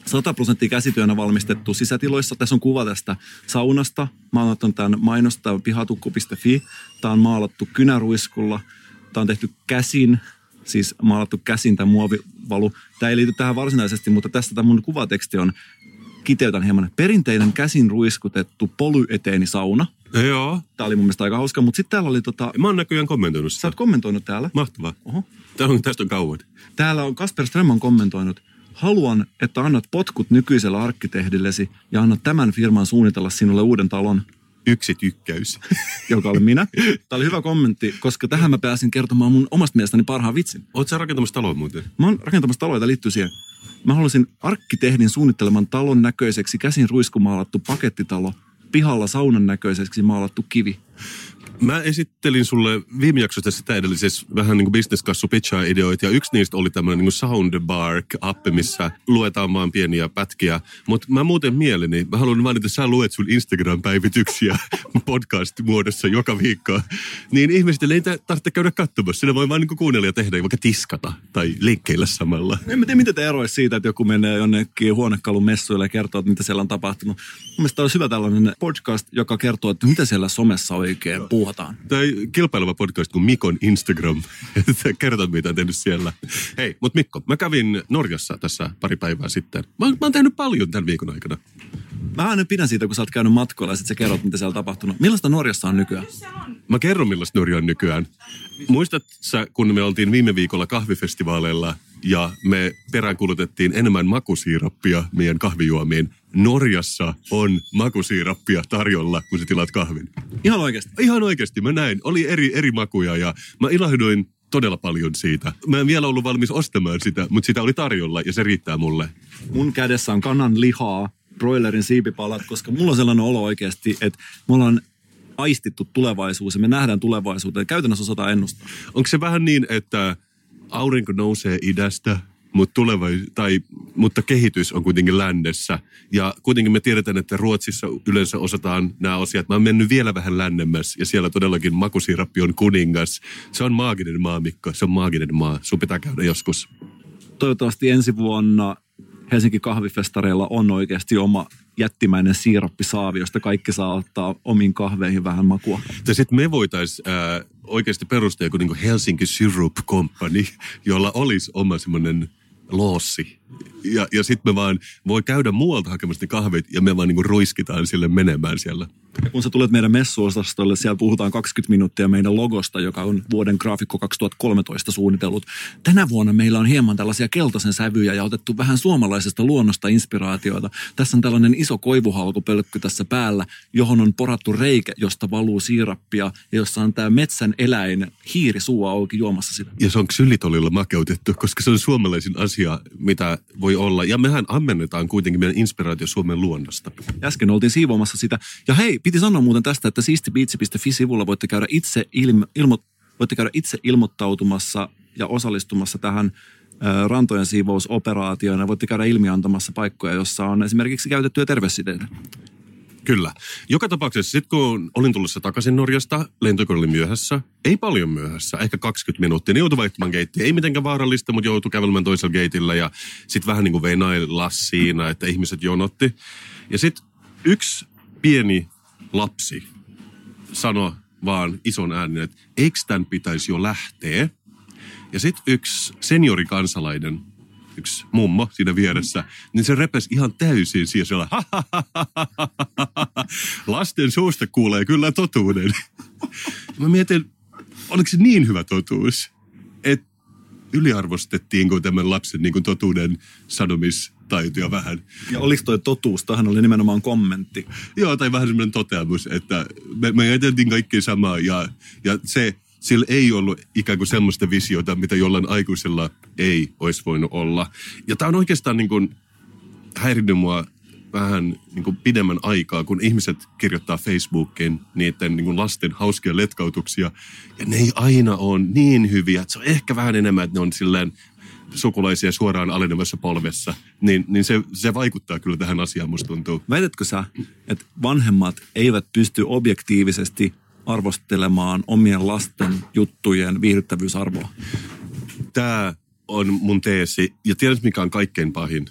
sata prosenttia käsityönä valmistettu sisätiloissa. Tässä on kuva tästä saunasta. Mä oon ottanut tämän mainosta pihatukku piste fi. Tämä on maalattu kynäruiskulla. Tämä on tehty käsin, siis maalattu käsin tämä muovivalu. Tämä ei liity tähän varsinaisesti, mutta tästä tämä mun kuvateksti on, kiteytän hieman, perinteinen käsin ruiskutettu polyeteenisauna. Joo. Tämä oli mun mielestä aika hauska, mutta sitten täällä oli tota... Mä oon näköjään kommentoinut sitä. Sä oot kommentoinut täällä. Mahtavaa. Oho. Täällä on, tästä on kauan. Täällä on Kasper Ström on kommentoinut. Haluan, että annat potkut nykyisellä arkkitehdillesi ja annat tämän firman suunnitella sinulle uuden talon. Yksi tykkäys. Joka oli minä. Tämä oli hyvä kommentti, koska tähän mä pääsin kertomaan mun omasta mielestäni parhaan vitsin. Oot sä rakentamassa taloa muuten? Mä oon rakentamassa taloa, jota liittyy siihen. Mä haluaisin arkkitehdin suunnitteleman talon näköiseksi käsin ruiskumaalattu pakettitalo, pihalla saunan näköiseksi maalattu kivi. Mä esittelin sulle viime jaksossa sitä edellisessä vähän niin kuin business-kassu pitchaa ideoita, ja yksi niistä oli tämmöinen niin kuin Soundbark-appi, missä luetaan vaan pieniä pätkiä. Mutta mä muuten mieleni, mä haluan vaan, että sä luet sun Instagram-päivityksiä podcast-muodossa joka viikko, niin ihmiset ei tarvitse käydä katsomassa. Siinä voi vaan niin kuin kuunnella ja tehdä, vaikka tiskata tai leikkeillä samalla. En mä tiedä, mitä te eroisi siitä, että joku menee jonnekin huonekalun messuille ja kertoo, että mitä siellä on tapahtunut. Mun mielestä olisi hyvä tällainen podcast, joka kertoo, että mitä siellä somessa oikein puhutaan. Tai kilpaileva podcast kuin Mikon Instagram. Kertot, mitä on tehnyt siellä. Hei, mutta Mikko, mä kävin Norjassa tässä pari päivää sitten. Mä, mä oon tehnyt paljon tämän viikon aikana. Mä aina pidän siitä, kun sä oot käynyt matkoilla ja sit sä kerrot, mitä siellä on tapahtunut. Millaista Norjassa on nykyään? Mä kerron, millaista Norja on nykyään. Muistat sä, kun me oltiin viime viikolla kahvifestivaaleilla ja me peräänkulutettiin enemmän makusiirappia meidän kahvijuomiin. Norjassa on makusiirappia tarjolla, kun sä tilaat kahvin. Ihan oikeasti? Ihan oikeasti, mä näin. Oli eri, eri makuja ja mä ilahduin todella paljon siitä. Mä en vielä ollut valmis ostamaan sitä, mutta sitä oli tarjolla ja se riittää mulle. Mun kädessä on kanan lihaa, broilerin siipipalat, koska mulla on sellainen olo oikeasti, että me ollaan aistittu tulevaisuus ja me nähdään tulevaisuuteen. Käytännössä osataan ennustaa. Onko se vähän niin, että aurinko nousee idästä, mutta, tulevais- tai, mutta kehitys on kuitenkin lännessä. Ja kuitenkin me tiedetään, että Ruotsissa yleensä osataan nämä asiat. Mä oon mennyt vielä vähän lännemmäs ja siellä todellakin makusiirappi on kuningas. Se on maaginen maa, Mikko. Se on maaginen maa. Sun pitää käydä joskus. Toivottavasti ensi vuonna Helsinki kahvifestareilla on oikeasti oma jättimäinen siirappisaavi, josta kaikki saa ottaa omiin kahveihin vähän makua. Ja sitten me voitaisiin äh, oikeasti perustaa joku niin Helsinki Syrup Company, jolla olisi oma semmoinen loossi. Ja, ja sitten me vaan voi käydä muualta hakemassa ne kahvit ja me vaan niin ruiskitaan sille menemään siellä. Ja kun sä tulet meidän messuosastolle, siellä puhutaan kaksikymmentä minuuttia meidän logosta, joka on vuoden graafikko kaksituhattakolmetoista suunnitellut. Tänä vuonna meillä on hieman tällaisia keltaisen sävyjä ja otettu vähän suomalaisesta luonnosta inspiraatioita. Tässä on tällainen iso koivuhalkopölkky tässä päällä, johon on porattu reikä, josta valuu siirappia ja jossa on tämä metsän eläin hiiri suu auki juomassa sitä. Ja se on ksylitolilla makeutettu, koska se on suomalaisin asia, mitä voi olla. Ja mehän ammennetaan kuitenkin meidän inspiraatio Suomen luonnosta. Äsken oltiin siivoamassa sitä. Ja hei, piti sanoa muuten tästä, että siistibiitsi piste fi-sivulla voitte käydä itse, ilmo, ilmo, voitte käydä itse ilmoittautumassa ja osallistumassa tähän ä, rantojen siivousoperaatioon. Ja voitte käydä ilmiantamassa paikkoja, jossa on esimerkiksi käytettyjä terveyssiteitä. Kyllä. Joka tapauksessa sitten kun olin tulossa takaisin Norjasta, lentokone oli myöhässä. Ei paljon myöhässä, ehkä kaksikymmentä minuuttia. Ne joutui vaihtamaan geittiä. Ei mitenkään vaarallista, mutta joutui kävelemään toisella geitillä ja sitten vähän niin kuin venailla siinä, että ihmiset jonotti. Ja sitten yksi pieni lapsi sanoi vaan ison äänen, että eikö tämän pitäisi jo lähteä? Ja sitten yksi seniorikansalainen, yksi mummo siinä vieressä, niin se repesi ihan täysin siihen siellä. Lasten suusta kuulee kyllä totuuden. Mä mietin, oliko se niin hyvä totuus, että yliarvostettiinko tämän lapsen niin kuin totuuden sanomistaitoja vähän. Ja oliko toi totuus? Tämähän oli nimenomaan kommentti. Joo, tai vähän semmoinen toteamus, että me, me ajateltiin kaikki samaa ja, ja se, sillä ei ollut ikään kuin semmoista visiota, mitä jollain aikuisella ei olisi voinut olla. Ja tämä on oikeastaan niin kuin häirinnyt mua vähän niin kuin pidemmän aikaa, kun ihmiset kirjoittaa Facebookiin niiden niin kuin lasten hauskia letkautuksia. Ja ne ei aina ole niin hyviä. Että se on ehkä vähän enemmän, että ne on silleen sukulaisia suoraan alenemassa polvessa. Niin, niin se, se vaikuttaa kyllä tähän asiaan, musta tuntuu. Väitätkö sä, että vanhemmat eivät pysty objektiivisesti arvostelemaan omien lasten juttujen viihdyttävyysarvoa? Tämä on mun teesi. Ja tiedät, mikä on kaikkein pahin?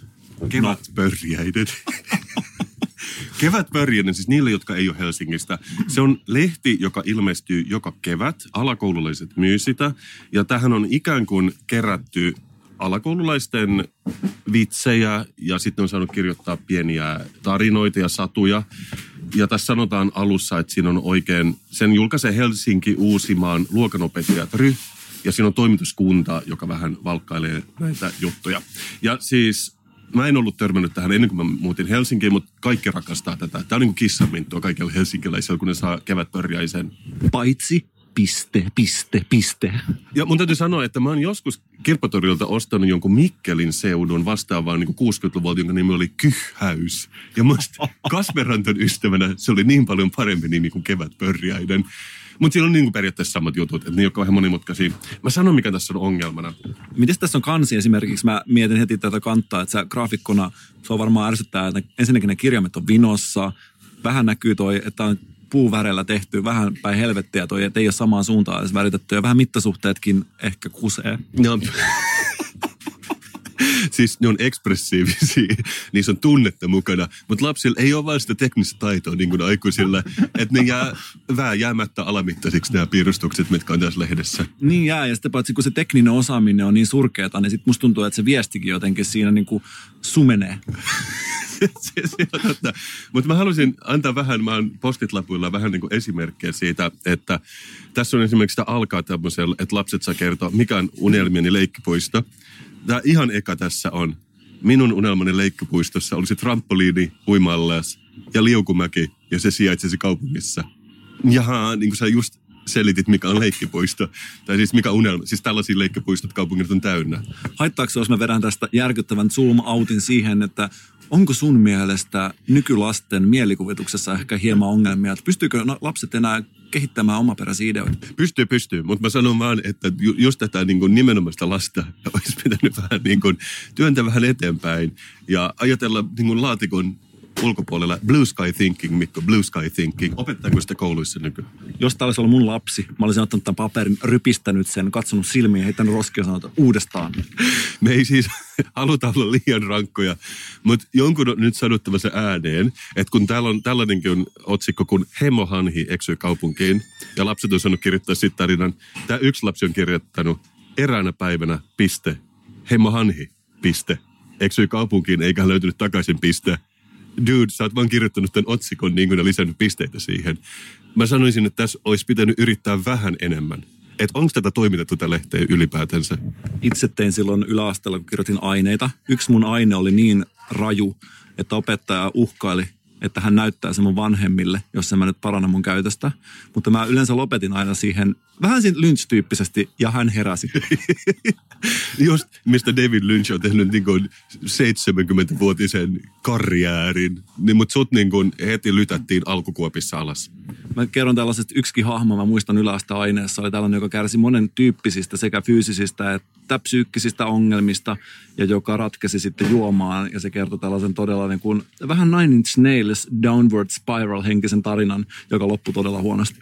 Kevätpörjäinen. Kevätpörjäinen, siis niille, jotka ei ole Helsingistä. Se on lehti, joka ilmestyy joka kevät. Alakoululaiset myy sitä. Ja tähän on ikään kuin kerätty alakoululaisten vitsejä ja sitten on saanut kirjoittaa pieniä tarinoita ja satuja. Ja tässä sanotaan alussa, että siinä on oikein, sen julkaisee Helsinki Uusimaan luokanopettajat ry. Ja siinä on toimituskunta, joka vähän valkkailee näitä juttuja. Ja siis mä en ollut törmännyt tähän ennen kuin mä muutin Helsinkiin, mutta kaikki rakastaa tätä. Tämä on niin kuin kissanminttua kaikille helsinkiläisille, kun ne saa kevätpörjäisen. Paitsi piste, piste, piste. Ja mun täytyy sanoa, että mä oon joskus Kirppotorilta ostanut jonkun Mikkelin seudun vastaavaan niin kuin kuusikymmentäluvulta, jonka nimi oli Kyhäys. Ja musta Kasperanton ystävänä se oli niin paljon parempi nimi kuin kevätpörjäinen. Mutta siinä on niin kuin periaatteessa samat jutut, että ne ei ole kauhean monimutkaisia. Mä sanon, mikä tässä on ongelmana. Miten tässä on kansi esimerkiksi? Mä mietin heti tätä kantaa, että sä graafikkona, se on varmaan ärsyttää, että ensinnäkin ne kirjaimet on vinossa. Vähän näkyy toi, että on puuvärellä tehty, vähän päin helvettiä toi, että ei ole samaan suuntaan edes väritetty. Ja vähän mittasuhteetkin ehkä kusee. No. Siis ne on ekspressiivisiä, niissä on tunnetta mukana, mutta lapsilla ei ole vain sitä teknistä taitoa niin kuin aikuisilla, että ne jää vähän jäämättä alamittaisiksi nämä piirustukset, mitkä on tässä lehdessä. Niin jää, ja sitten paitsi kun se tekninen osaaminen on niin surkeata, niin sitten musta tuntuu, että se viestikin jotenkin siinä niin kuin sumenee. se, se on totta. Mutta mä haluaisin antaa vähän, mä oon postitlapuilla vähän niin kuin esimerkkejä siitä, että tässä on esimerkiksi sitä alkaa tämmöisellä, että lapset saa kertoa, mikä on unelmieni leikkipuisto. Tämä ihan eka tässä on. Minun unelmani leikkipuistossa olisi trampoliini, uimallas ja liukumäki, ja se sijaitsisi kaupungissa. Jaha, niin kuin sä just selitit, mikä on leikkipuisto. Tai siis mikä unelma. Siis tällaisia leikkipuistot kaupungit on täynnä. Haittaako jos mä vedän tästä järkyttävän zoom-outin siihen, että onko sun mielestä nykylasten mielikuvituksessa ehkä hieman ongelmia? Että pystyykö lapset enää kehittämään omaperäisiä ideoita? Pystyy, pystyy. Mutta mä sanon vaan, että just tätä niin kuin nimenomaista lasta olisi pitänyt vähän niin kuin työntää vähän eteenpäin ja ajatella niin kuin laatikon ulkopuolella blue sky thinking, Mikko, blue sky thinking. Opettaako sitä kouluissa nykyään? Jos tämä olisi ollut mun lapsi, mä olisin ottanut tämän paperin, rypistänyt sen, katsonut silmiä, heittänyt roskia ja sanonut uudestaan. Me ei siis haluta olla liian rankkoja, mutta jonkun on nyt sanottava se ääneen, että kun täällä on tällainenkin otsikko, kun hemohanhi eksyy kaupunkiin, ja lapset on saanut kirjoittaa sitten tarinan. Tämä yksi lapsi on kirjoittanut eräänä päivänä, piste, hemohanhi, piste, eksyy kaupunkiin eikä löytynyt takaisin, piste. Dude, sä oot vaan kirjoittanut tämän otsikon niin kuin ne lisännyt pisteitä siihen. Mä sanoisin, että tässä olisi pitänyt yrittää vähän enemmän. Että onko tätä toimitettu tätä lehteä ylipäätänsä? Itse tein silloin yläasteella, kun kirjoitin aineita. Yksi mun aine oli niin raju, että opettaja uhkaili, että hän näyttää sen mun vanhemmille, jos en mä nyt paranna mun käytöstä. Mutta mä yleensä lopetin aina siihen vähän siinä Lynch-tyyppisesti, ja hän heräsi. Just mistä David Lynch on tehnyt niin kuin seitsemänkymmentävuotisen karjäärin, niin, mutta sut niin kuin heti lytättiin alkukuopissa alas. Mä kerron tällaisesta yksikin hahmo, mä muistan yläasteaineessa, oli tällainen, joka kärsi monen tyyppisistä sekä fyysisistä että psyykkisistä ongelmista, ja joka ratkesi sitten juomaan, ja se kertoi tällaisen todella niin kuin vähän Nine Inch Nails Downward Spiral-henkisen tarinan, joka loppui todella huonosti.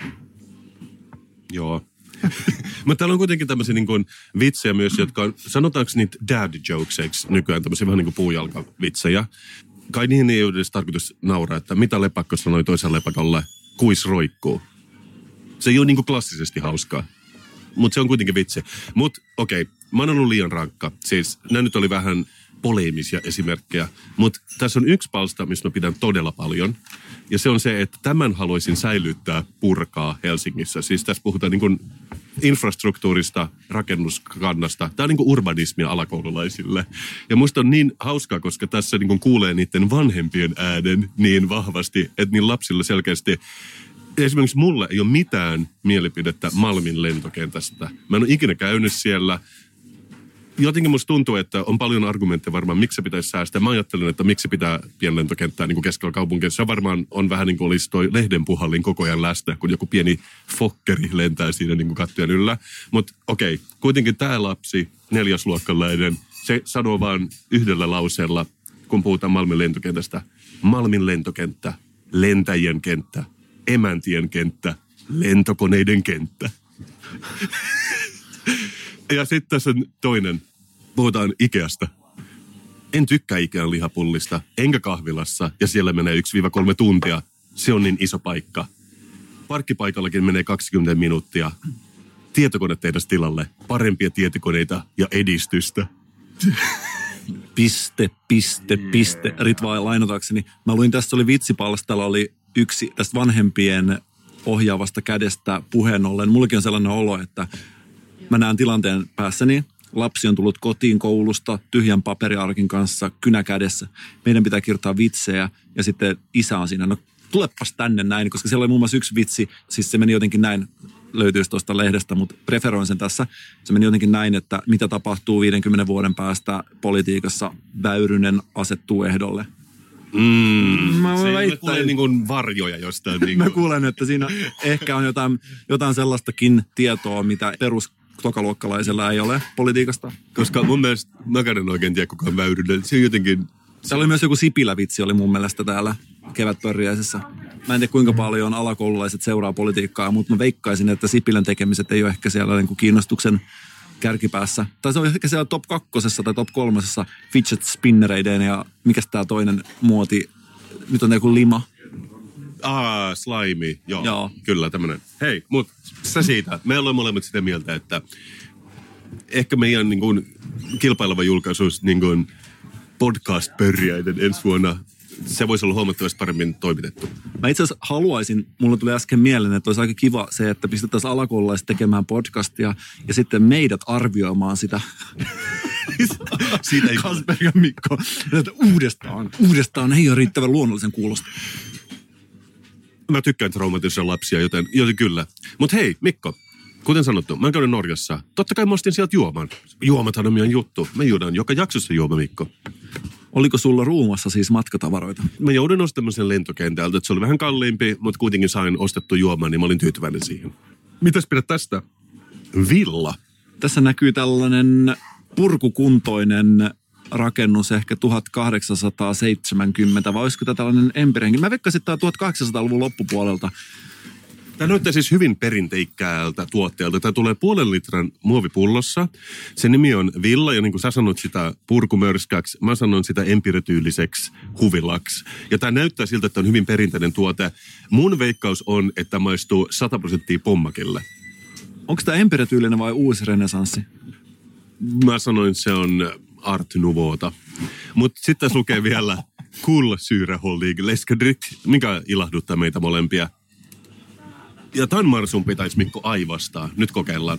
Joo. Mutta täällä on kuitenkin tämmöisiä niin kuin vitsejä myös, jotka on, sanotaanko niitä dad jokeseiksi nykyään, tämmöisiä vähän niin kuin puujalkavitsejä. Kai niihin ei ole edes tarkoitus nauraa, että mitä lepakko sanoi toisella lepakolle, kuis roikkuu. Se ei ole niin kuin klassisesti hauskaa, mutta se on kuitenkin vitsi. Mutta okei, okay, mä oon ollut liian rankka. Siis nämä nyt oli vähän poleemisia esimerkkejä, mutta tässä on yksi palsta, missä mä pidän todella paljon. Ja se on se, että tämän haluaisin säilyttää, purkaa Helsingissä. Siis tässä puhutaan niin kuin infrastruktuurista, rakennuskannasta. Tämä on niin kuin urbanismia alakoululaisille. Ja musta on niin hauskaa, koska tässä niin kuin kuulee niiden vanhempien äänen niin vahvasti, että niin lapsilla selkeästi esimerkiksi mulla ei ole mitään mielipidettä Malmin lentokentästä. Mä en ole ikinä käynyt siellä. Jotenkin musta tuntuu, että on paljon argumentteja varmaan, miksi se pitäisi säästää. Mä ajattelen, että miksi pitää pienlentokenttää niin kuin keskellä kaupunkia. Se varmaan on vähän niin kuin olisi toi lehdenpuhallin koko ajan läsnä, kun joku pieni fokkeri lentää siinä niin kuin kattojen yllä. Mutta okei, okay, kuitenkin tämä lapsi, neljäsluokkalainen, se sanoo vaan yhdellä lauseella, kun puhutaan Malmin lentokentästä. Malmin lentokenttä, lentäjien kenttä, emäntien kenttä, lentokoneiden kenttä. Ja sitten tässä on toinen. Puhutaan Ikeasta. En tykkää ikään lihapullista, enkä kahvilassa, ja siellä menee yksi kolme tuntia. Se on niin iso paikka. Parkkipaikallakin menee kaksikymmentä minuuttia. Tietokone tehdäs tilalle. Parempia tietokoneita ja edistystä. Piste, piste, piste. Ritva lainatakseni. Mä luin, tässä oli vitsipalstalla, oli yksi tästä vanhempien ohjaavasta kädestä puheen ollen. Mullakin on sellainen olo, että mä näen tilanteen päässäni. Lapsi on tullut kotiin koulusta tyhjän paperiarkin kanssa kynä kädessä. Meidän pitää kirjoittaa vitsejä ja sitten isä on siinä. No tulepas tänne näin, koska siellä oli muun muassa yksi vitsi. Siis se meni jotenkin näin, löytyisi tuosta lehdestä, mutta preferoin sen tässä. Se meni jotenkin näin, että mitä tapahtuu viidenkymmenen vuoden päästä politiikassa. Väyrynen asettuu ehdolle. Mm, Mä se väittäin, tulee niin kuin varjoja jostain. Niin kuin. Mä kuulen, että siinä ehkä on jotain, jotain sellaistakin tietoa, mitä perus tokaluokkalaisella ei ole politiikasta. Koska mun mielestä, mä en oikein tiedä kukaan Väyrynen. Se on jotenkin... Täällä oli myös joku Sipilä-vitsi oli mun mielestä täällä kevätpörriäisessä. Mä en tiedä kuinka paljon alakoululaiset seuraa politiikkaa, mutta mä veikkaisin, että Sipilän tekemiset ei ole ehkä siellä niin kuin kiinnostuksen kärkipäässä. Tai se on ehkä siellä top kakkosessa tai top kolmosessa fidget spinnereiden ja mikäs tää toinen muoti, nyt on joku lima. Ah, slime, joo. Joo. Kyllä, tämmönen. Hei, mut se siitä. Me ollaan molemmat sitä mieltä, että ehkä meidän niin kuin, kilpaileva julkaisu olisi niin kuin podcast-pörjäiden ensi vuonna. Se voisi olla huomattavasti paremmin toimitettu. Mä itse asiassa haluaisin, mulla tuli äsken mieleen, että olisi aika kiva se, että pistettäisiin alakoululaiset tekemään podcastia ja sitten meidät arvioimaan sitä. Siitä ei... Kasper ja Mikko. Että uudestaan, uudestaan ei ole riittävän luonnollisen kuulosta. Mä tykkään traumatisoida lapsia, joten, joten kyllä. Mutta hei, Mikko, kuten sanottu, mä oon käynyt Norjassa. Totta kai mä ostin sieltä juoman. Juomathan on meidän juttu. Me juodaan joka jaksossa juoma, Mikko. Oliko sulla ruumassa siis matkatavaroita? Mä joudun ostamaan sen lentokentältä, että se oli vähän kalliimpi, mutta kuitenkin sain ostettu juoman, niin mä olin tyytyväinen siihen. Mitäs pidät tästä? Villa. Tässä näkyy tällainen purkukuntoinen rakennus ehkä tuhatkahdeksansataaseitsemänkymmentä, vai olisiko tämä tällainen empirenkin? Mä veikkasin, että tämä on tuhatkahdeksansataaluvun loppupuolelta. Tämä näyttää siis hyvin perinteikkältä tuotteelta. Tämä tulee puolen litran muovipullossa. Sen nimi on Villa, ja niin kuin sä sanoit sitä purkumörskäksi, mä sanon sitä empiretyyliseksi huvilaksi. Ja tämä näyttää siltä, että on hyvin perinteinen tuote. Mun veikkaus on, että maistuu sata prosenttia pommakille. Onko tämä empiretyylinen vai uusi renesanssi? Mä sanoin, se on Art Nouveauta. Mutta sitten tässä lukee vielä Cool Syrahållig läskedryck, mikä ilahduttaa meitä molempia. Ja tämän marsun pitäisi Mikko aivastaa. Nyt kokeillaan.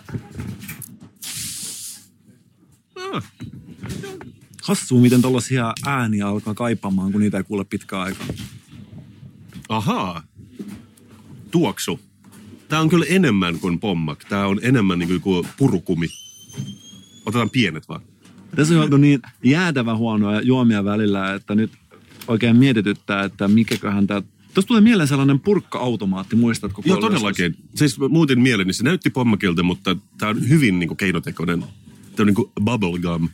Ah. Hassuu, miten tollaisia ääniä alkaa kaipaamaan, kun niitä ei kuule pitkään aikaa. Ahaa. Tuoksu. Tää on kyllä enemmän kuin pommak. Tää on enemmän niin kuin purukumi. Otetaan pienet vaan. Tässä on niin jäätävän huonoja juomia välillä, että nyt oikein mietityttää, että mikäköhän tää... Tuossa tulee mieleen sellainen purkka-automaatti, muistatko? Joo, todellakin. Siis muutin mieleni, se näytti pommakilta, mutta tää on hyvin niin kuin keinotekoinen. Tää on niin kuin bubblegum.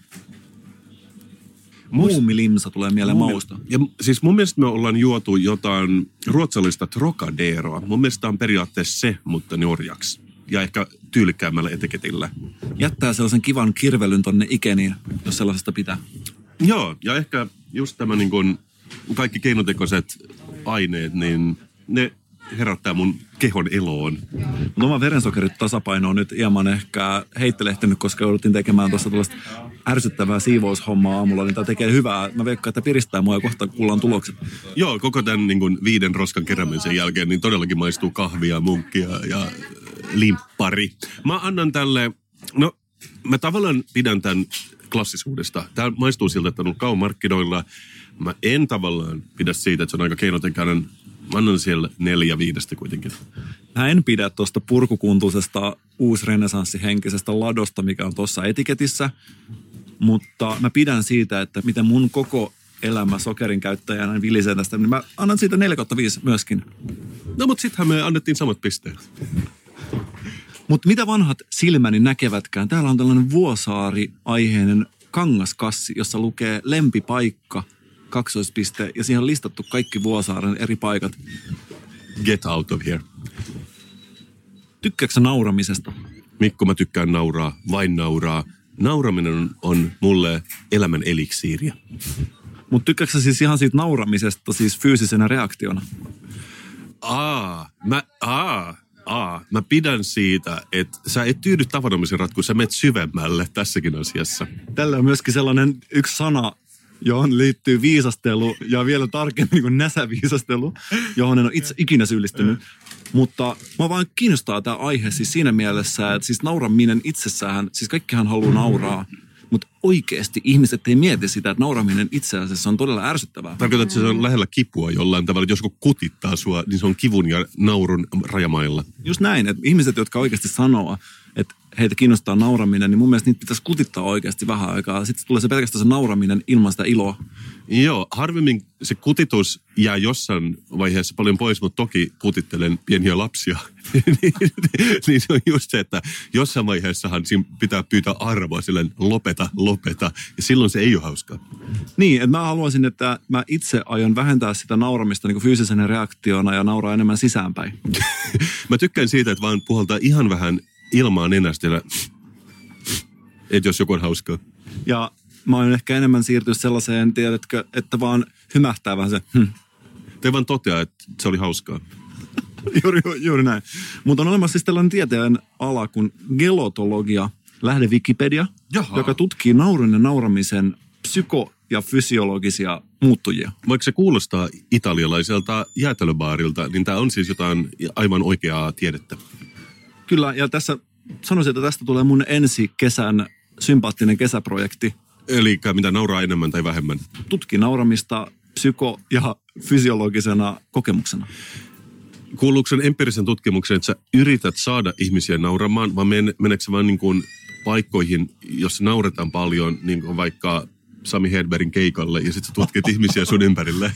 Muumilimsa tulee mieleen Muumi. mausta. Ja siis mun mielestä me ollaan juotu jotain ruotsalaista Trocaderoa. Mun mielestä on periaatteessa se, mutta norjaksi. Ja ehkä tyylikkäämmällä etiketillä. Jättää sellaisen kivan kirvelyn tonne ikeniin, jos sellaisesta pitää. Joo, ja ehkä just tämä niin kuin kaikki keinotekoiset aineet, niin ne herättää mun kehon eloon. Mutta oma verensokerit tasapaino on nyt hieman ehkä heittelehtynyt, koska jouduttiin tekemään tuossa tuollaista ärsyttävää siivoushommaa aamulla, niin tämä tekee hyvää. Mä veikkaan, että piristää mua ja kohta kuullaan tulokset. Joo, koko tämän niin kuin viiden roskan keräämisen jälkeen, niin todellakin maistuu kahvia, munkkia ja limppari. Mä annan tälle, no mä tavallaan pidän tämän klassisuudesta. Tämä maistuu siltä, että on ollut kauan markkinoilla. Mä en tavallaan pidä siitä, että se on aika keinotekoinen. Mä annan siellä neljä viidestä kuitenkin. Mä en pidä tuosta purkukuntuisesta uusrenesanssihenkisestä ladosta, mikä on tuossa etiketissä. Mutta mä pidän siitä, että miten mun koko elämä sokerin käyttäjänä vilisee tästä. Niin mä annan siitä neljä kautta viisi myöskin. No mutta sittenhän me annettiin samat pisteet. Mutta mitä vanhat silmäni näkevätkään, täällä on tällainen Vuosaari-aiheinen kangaskassi, jossa lukee lempipaikka, kaksoispiste, ja siihen on listattu kaikki Vuosaaren eri paikat. Get out of here. Tykkääksä nauramisesta? Mikko, mä tykkään nauraa, vain nauraa. nauraminen on, on mulle elämän eliksiiriä. Mutta tykkääksä sä siis ihan siitä nauramisesta siis fyysisenä reaktiona? Aa, mä, aa, aa, mä pidän siitä, että sä et tyydy tavanomisen ratkuun, sä menet syvemmälle tässäkin asiassa. Tällä on myöskin sellainen yksi sana, johon liittyy viisastelu ja vielä tarkemmin kuin näsäviisastelu, johon en ole itse ikinä syyllistynyt. Mutta mä vaan kiinnostaa tämä aihe siis siinä mielessä, että siis nauraminen itsessään, siis kaikkihan haluaa nauraa, mutta oikeasti ihmiset ei mieti sitä, että nauraminen itse asiassa on todella ärsyttävää. Tarkoitatko, että se on lähellä kipua jollain tavalla, että jos joku kutittaa sua, niin se on kivun ja naurun rajamailla. Just näin, että ihmiset, jotka oikeasti sanoo, että heitä kiinnostaa nauraminen, niin mun mielestä niitä pitäisi kutittaa oikeasti vähän aikaa. Sitten tulee se pelkästään se nauraminen ilman sitä iloa. Joo, harvemmin se kutitus jää jossain vaiheessa paljon pois, mutta toki kutittelen pieniä lapsia. niin, niin se on just se, että jossain vaiheessahan siinä pitää pyytää arvoa silleen lopeta, lopeta. Ja silloin se ei ole hauskaa. Niin, että mä haluaisin, että mä itse aion vähentää sitä nauramista niin kuin fyysisenä reaktiona ja nauraa enemmän sisäänpäin. Mä tykkään siitä, että vaan puhaltaa ihan vähän ilmaa nenästä, että jos joku on hauskaa. Ja mä oon ehkä enemmän siirtynyt sellaiseen, tiedätkö, että vaan hymähtää vähän se. Hm. Te vaan toteaa, että se oli hauskaa. juuri, juuri näin. Mutta on olemassa siis tällainen tieteen ala kuin gelotologia, lähde Wikipedia, Jaha. joka tutkii naurun ja nauramisen psyko- ja fysiologisia muuttujia. Vaikka se kuulostaa italialaiselta jäätelöbaarilta, niin tämä on siis jotain aivan oikeaa tiedettä. Kyllä, ja tässä sanoisin, että tästä tulee mun ensi kesän sympaattinen kesäprojekti. Eli mitä nauraa enemmän tai vähemmän? Tutki nauramista psyko- ja fysiologisena kokemuksena. Kuuluuko sen empiirisen tutkimuksen, että sä yrität saada ihmisiä nauramaan, vai men, meneekö sä vaan niin kuin paikkoihin, jos nauretaan paljon, niin kuin vaikka Sami Hedbergin keikalle, ja sitten sä tutkit ihmisiä sun ympärille?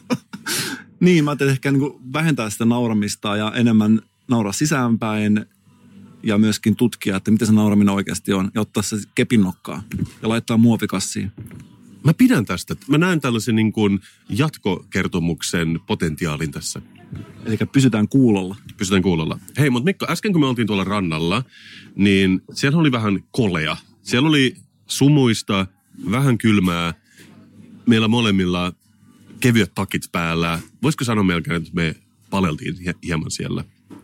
Niin, mä ajattelin ehkä niin kuin vähentää sitä nauramista ja enemmän nauraa sisäänpäin ja myöskin tutkia, että mitä se nauraminen oikeasti on ja ottaa se kepin nokkaa ja laittaa muovikassiin. Mä pidän tästä. Mä näen tällaisen niin kuin jatkokertomuksen potentiaalin tässä. Eli pysytään kuulolla. Pysytään kuulolla. Hei, mutta Mikko, äsken kun me oltiin tuolla rannalla, niin siellä oli vähän kolea. Siellä oli sumuista, vähän kylmää. Meillä molemmilla kevyet takit päällä. Voisiko sanoa melkein, että me paleltiin hieman siellä?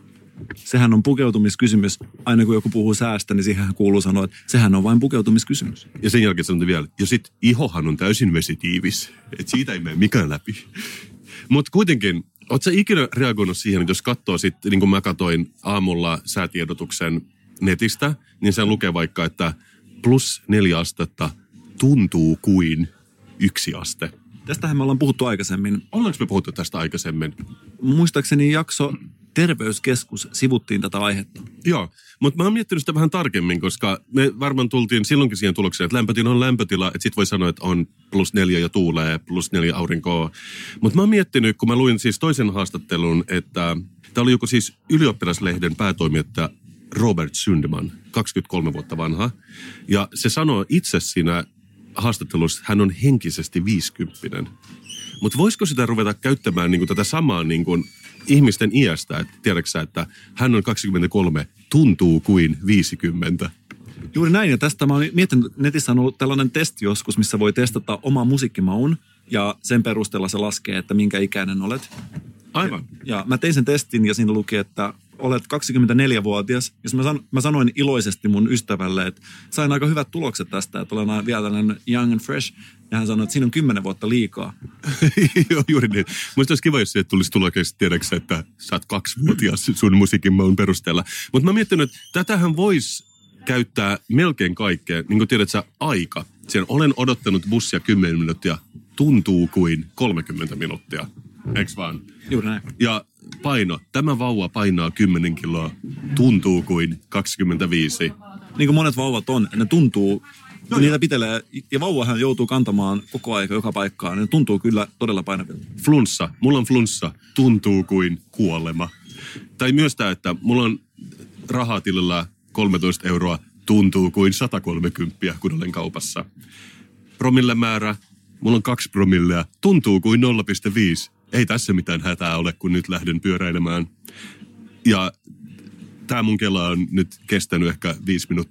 Sehän on pukeutumiskysymys. Aina kun joku puhuu säästä, niin siihen kuuluu sanoa, että sehän on vain pukeutumiskysymys. Ja sen jälkeen sanotaan vielä, ja sit ihohan on täysin vesitiivis. Että siitä ei mene mikään läpi. Mutta kuitenkin, ootko sä ikinä reagoinut siihen, että jos katsoo sitten, niin kuin mä katsoin aamulla säätiedotuksen netistä, niin se lukee vaikka, että plus neljä astetta tuntuu kuin yksi aste. Tästähän me ollaan puhuttu aikaisemmin. Ollaanko me puhuttu tästä aikaisemmin? Muistaakseni jakso Terveyskeskus sivuttiin tätä aihetta. Joo, mutta mä oon miettinyt sitä vähän tarkemmin, koska me varmaan tultiin silloinkin siihen tulokseen, että lämpötila on lämpötila, että sit voi sanoa, että on plus neljä ja tuulee, plus neljä aurinkoa. Mutta mä oon miettinyt, kun mä luin siis toisen haastattelun, että tää oli joku siis ylioppilaslehden päätoimittaja Robert Sundman, kaksikymmentäkolme vuotta vanha. Ja se sanoo itse siinä haastattelussa, hän on henkisesti viisikymppinen. Mutta voisiko sitä ruveta käyttämään niin kuin tätä samaa niin kuin ihmisten iästä, että tiedätkö sä, että hän on kaksikymmentäkolme, tuntuu kuin viisikymmentä. Juuri näin, ja tästä mä oon miettinyt, netissä on ollut tällainen testi joskus, missä voi testata omaa musiikkimaun, ja sen perusteella se laskee, että minkä ikäinen olet. Aivan. Ja mä tein sen testin, ja siinä luki, että olet kaksikymmentäneljävuotias. Jos mä, san, mä sanoin iloisesti mun ystävälle, että sain aika hyvät tulokset tästä, että olen vielä tällainen young and fresh. Ja hän sanoi, että siinä on kymmenen vuotta liikaa. Joo, juuri niin. Musta olisi kiva, jos se tulisi tuloksesta tiedäksä, että sä oot kaksivuotias sun musiikin maun perusteella. Mutta mä oon miettinyt, että tätähän voisi käyttää melkein kaikkea. Niin kuin tiedät sä, aika. Sen olen odottanut bussia kymmenen minuuttia, tuntuu kuin kolmekymmentä minuuttia. Eiks vaan? Juuri näin. Ja paino. Tämä vauva painaa kymmenen kiloa, tuntuu kuin kaksikymmentäviisi. Niin kuin monet vauvat on, ne tuntuu, no, niitä pitelee, ja vauvahan joutuu kantamaan koko aika joka paikkaan, ne tuntuu kyllä todella painavilta. Flunssa. Mulla on flunssa, tuntuu kuin kuolema. Tai myös tämä, että mulla on rahaa tilillä kolmetoista euroa, tuntuu kuin sata kolmekymmentä, kun olen kaupassa. Promillemäärä, mulla on kaksi promillea, tuntuu kuin nolla pilkku viisi. Ei tässä mitään hätää ole, kun nyt lähden pyöräilemään. Ja tämä mun kela on nyt kestänyt ehkä viisi minuuttia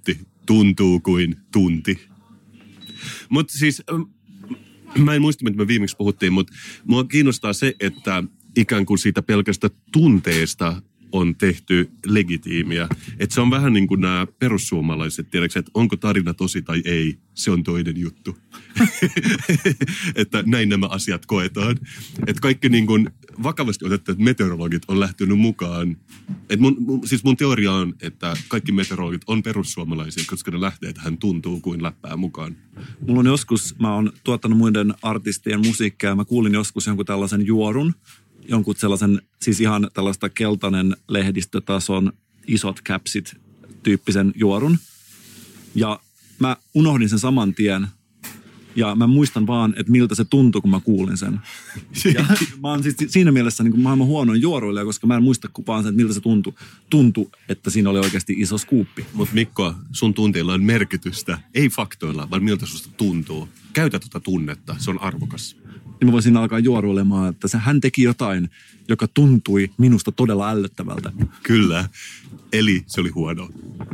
tuntuu kuin tunti. Mutta siis, mä en muista, mitä me viimeksi puhuttiin, mutta mua kiinnostaa se, että ikään kuin siitä pelkästä tunteesta on tehty legitiimiä. Että se on vähän niin kuin nämä perussuomalaiset, tiedätkö, että onko tarina tosi tai ei, se on toinen juttu. Että näin nämä asiat koetaan. Että kaikki niin kuin vakavasti otettavat meteorologit on lähtenyt mukaan. Että mun, mun, siis mun teoria on, että kaikki meteorologit on perussuomalaisia, koska ne lähtee tähän tuntuu kuin läppää mukaan. Mulla on joskus, mä oon tuottanut muiden artistien musiikkia ja mä kuulin joskus jonkun tällaisen juorun, jonkun sellaisen, siis ihan tällaista keltainen lehdistötason isot capsit tyyppisen juorun. Ja mä unohdin sen saman tien. Ja mä muistan vaan, että miltä se tuntui, kun mä kuulin sen. Ja mä oon siis siinä mielessä niin kuin maailman huonoin juoruilija, koska mä en muista vaan sen, että miltä se tuntui. Tuntui, että siinä oli oikeasti iso skuuppi. Mutta Mikko, sun tunteilla on merkitystä. Ei faktoilla, vaan miltä susta tuntuu. Käytä tuota tunnetta, se on arvokas. Niin mä voisin alkaa juoruilemaan, että se, hän teki jotain, joka tuntui minusta todella ällöttävältä. Kyllä, eli se oli huono.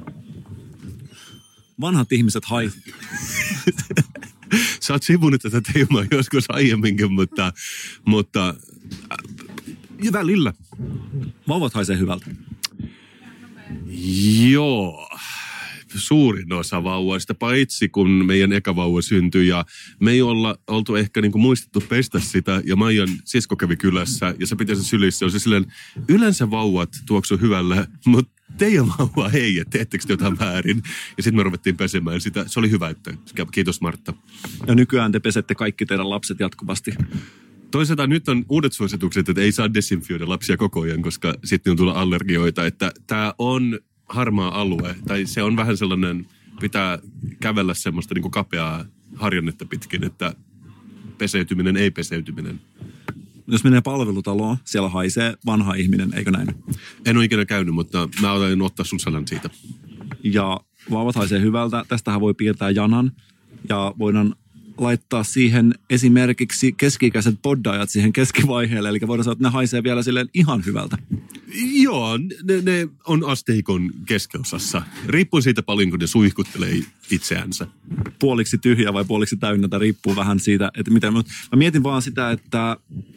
Vanhat ihmiset haisi. Sä oot sivunut tätä teemaa joskus aiemminkin, mutta, mutta äh, välillä. Vauvat haisee hyvältä. Joo, suurin osa vauvoista, paitsi kun meidän eka vauva syntyi ja me ei olla oltu ehkä niinku muistettu pestä sitä ja Maijan sisko kävi kylässä ja se piti sen sylissä. Se silleen, yleensä vauvat tuoksuu hyvällä, mutta teidän vauva ei, että teettekö te jotain väärin. Ja sitten me ruvettiin pesemään sitä. Se oli hyvä, että kiitos Martta. Ja nykyään te pesette kaikki teidän lapset jatkuvasti. Toisaalta nyt on uudet suositukset, että ei saa desinfioida lapsia koko ajan, koska sitten on tullut allergioita. Että tämä on harmaa alue, tai se on vähän sellainen, pitää kävellä semmoista niin kuin kapeaa harjannetta pitkin, että peseytyminen ei peseytyminen. Jos menee palvelutaloon, siellä haisee vanha ihminen, eikö näin? En ole ikinä käynyt, mutta mä otan ottaa sun sanan siitä. Ja vauvat haisee hyvältä. Tästähän voi piirtää janan ja voidaan laittaa siihen esimerkiksi keski-ikäiset poddaajat siihen keskivaiheelle. Eli voidaan sanoa, että ne haisee vielä silleen ihan hyvältä. Joo, ne, ne on asteikon keskeosassa. Riippuu siitä paljon, kun ne suihkuttelee itseänsä. Puoliksi tyhjä vai puoliksi täynnä, tämä riippuu vähän siitä, että miten. Mä mietin vaan sitä, että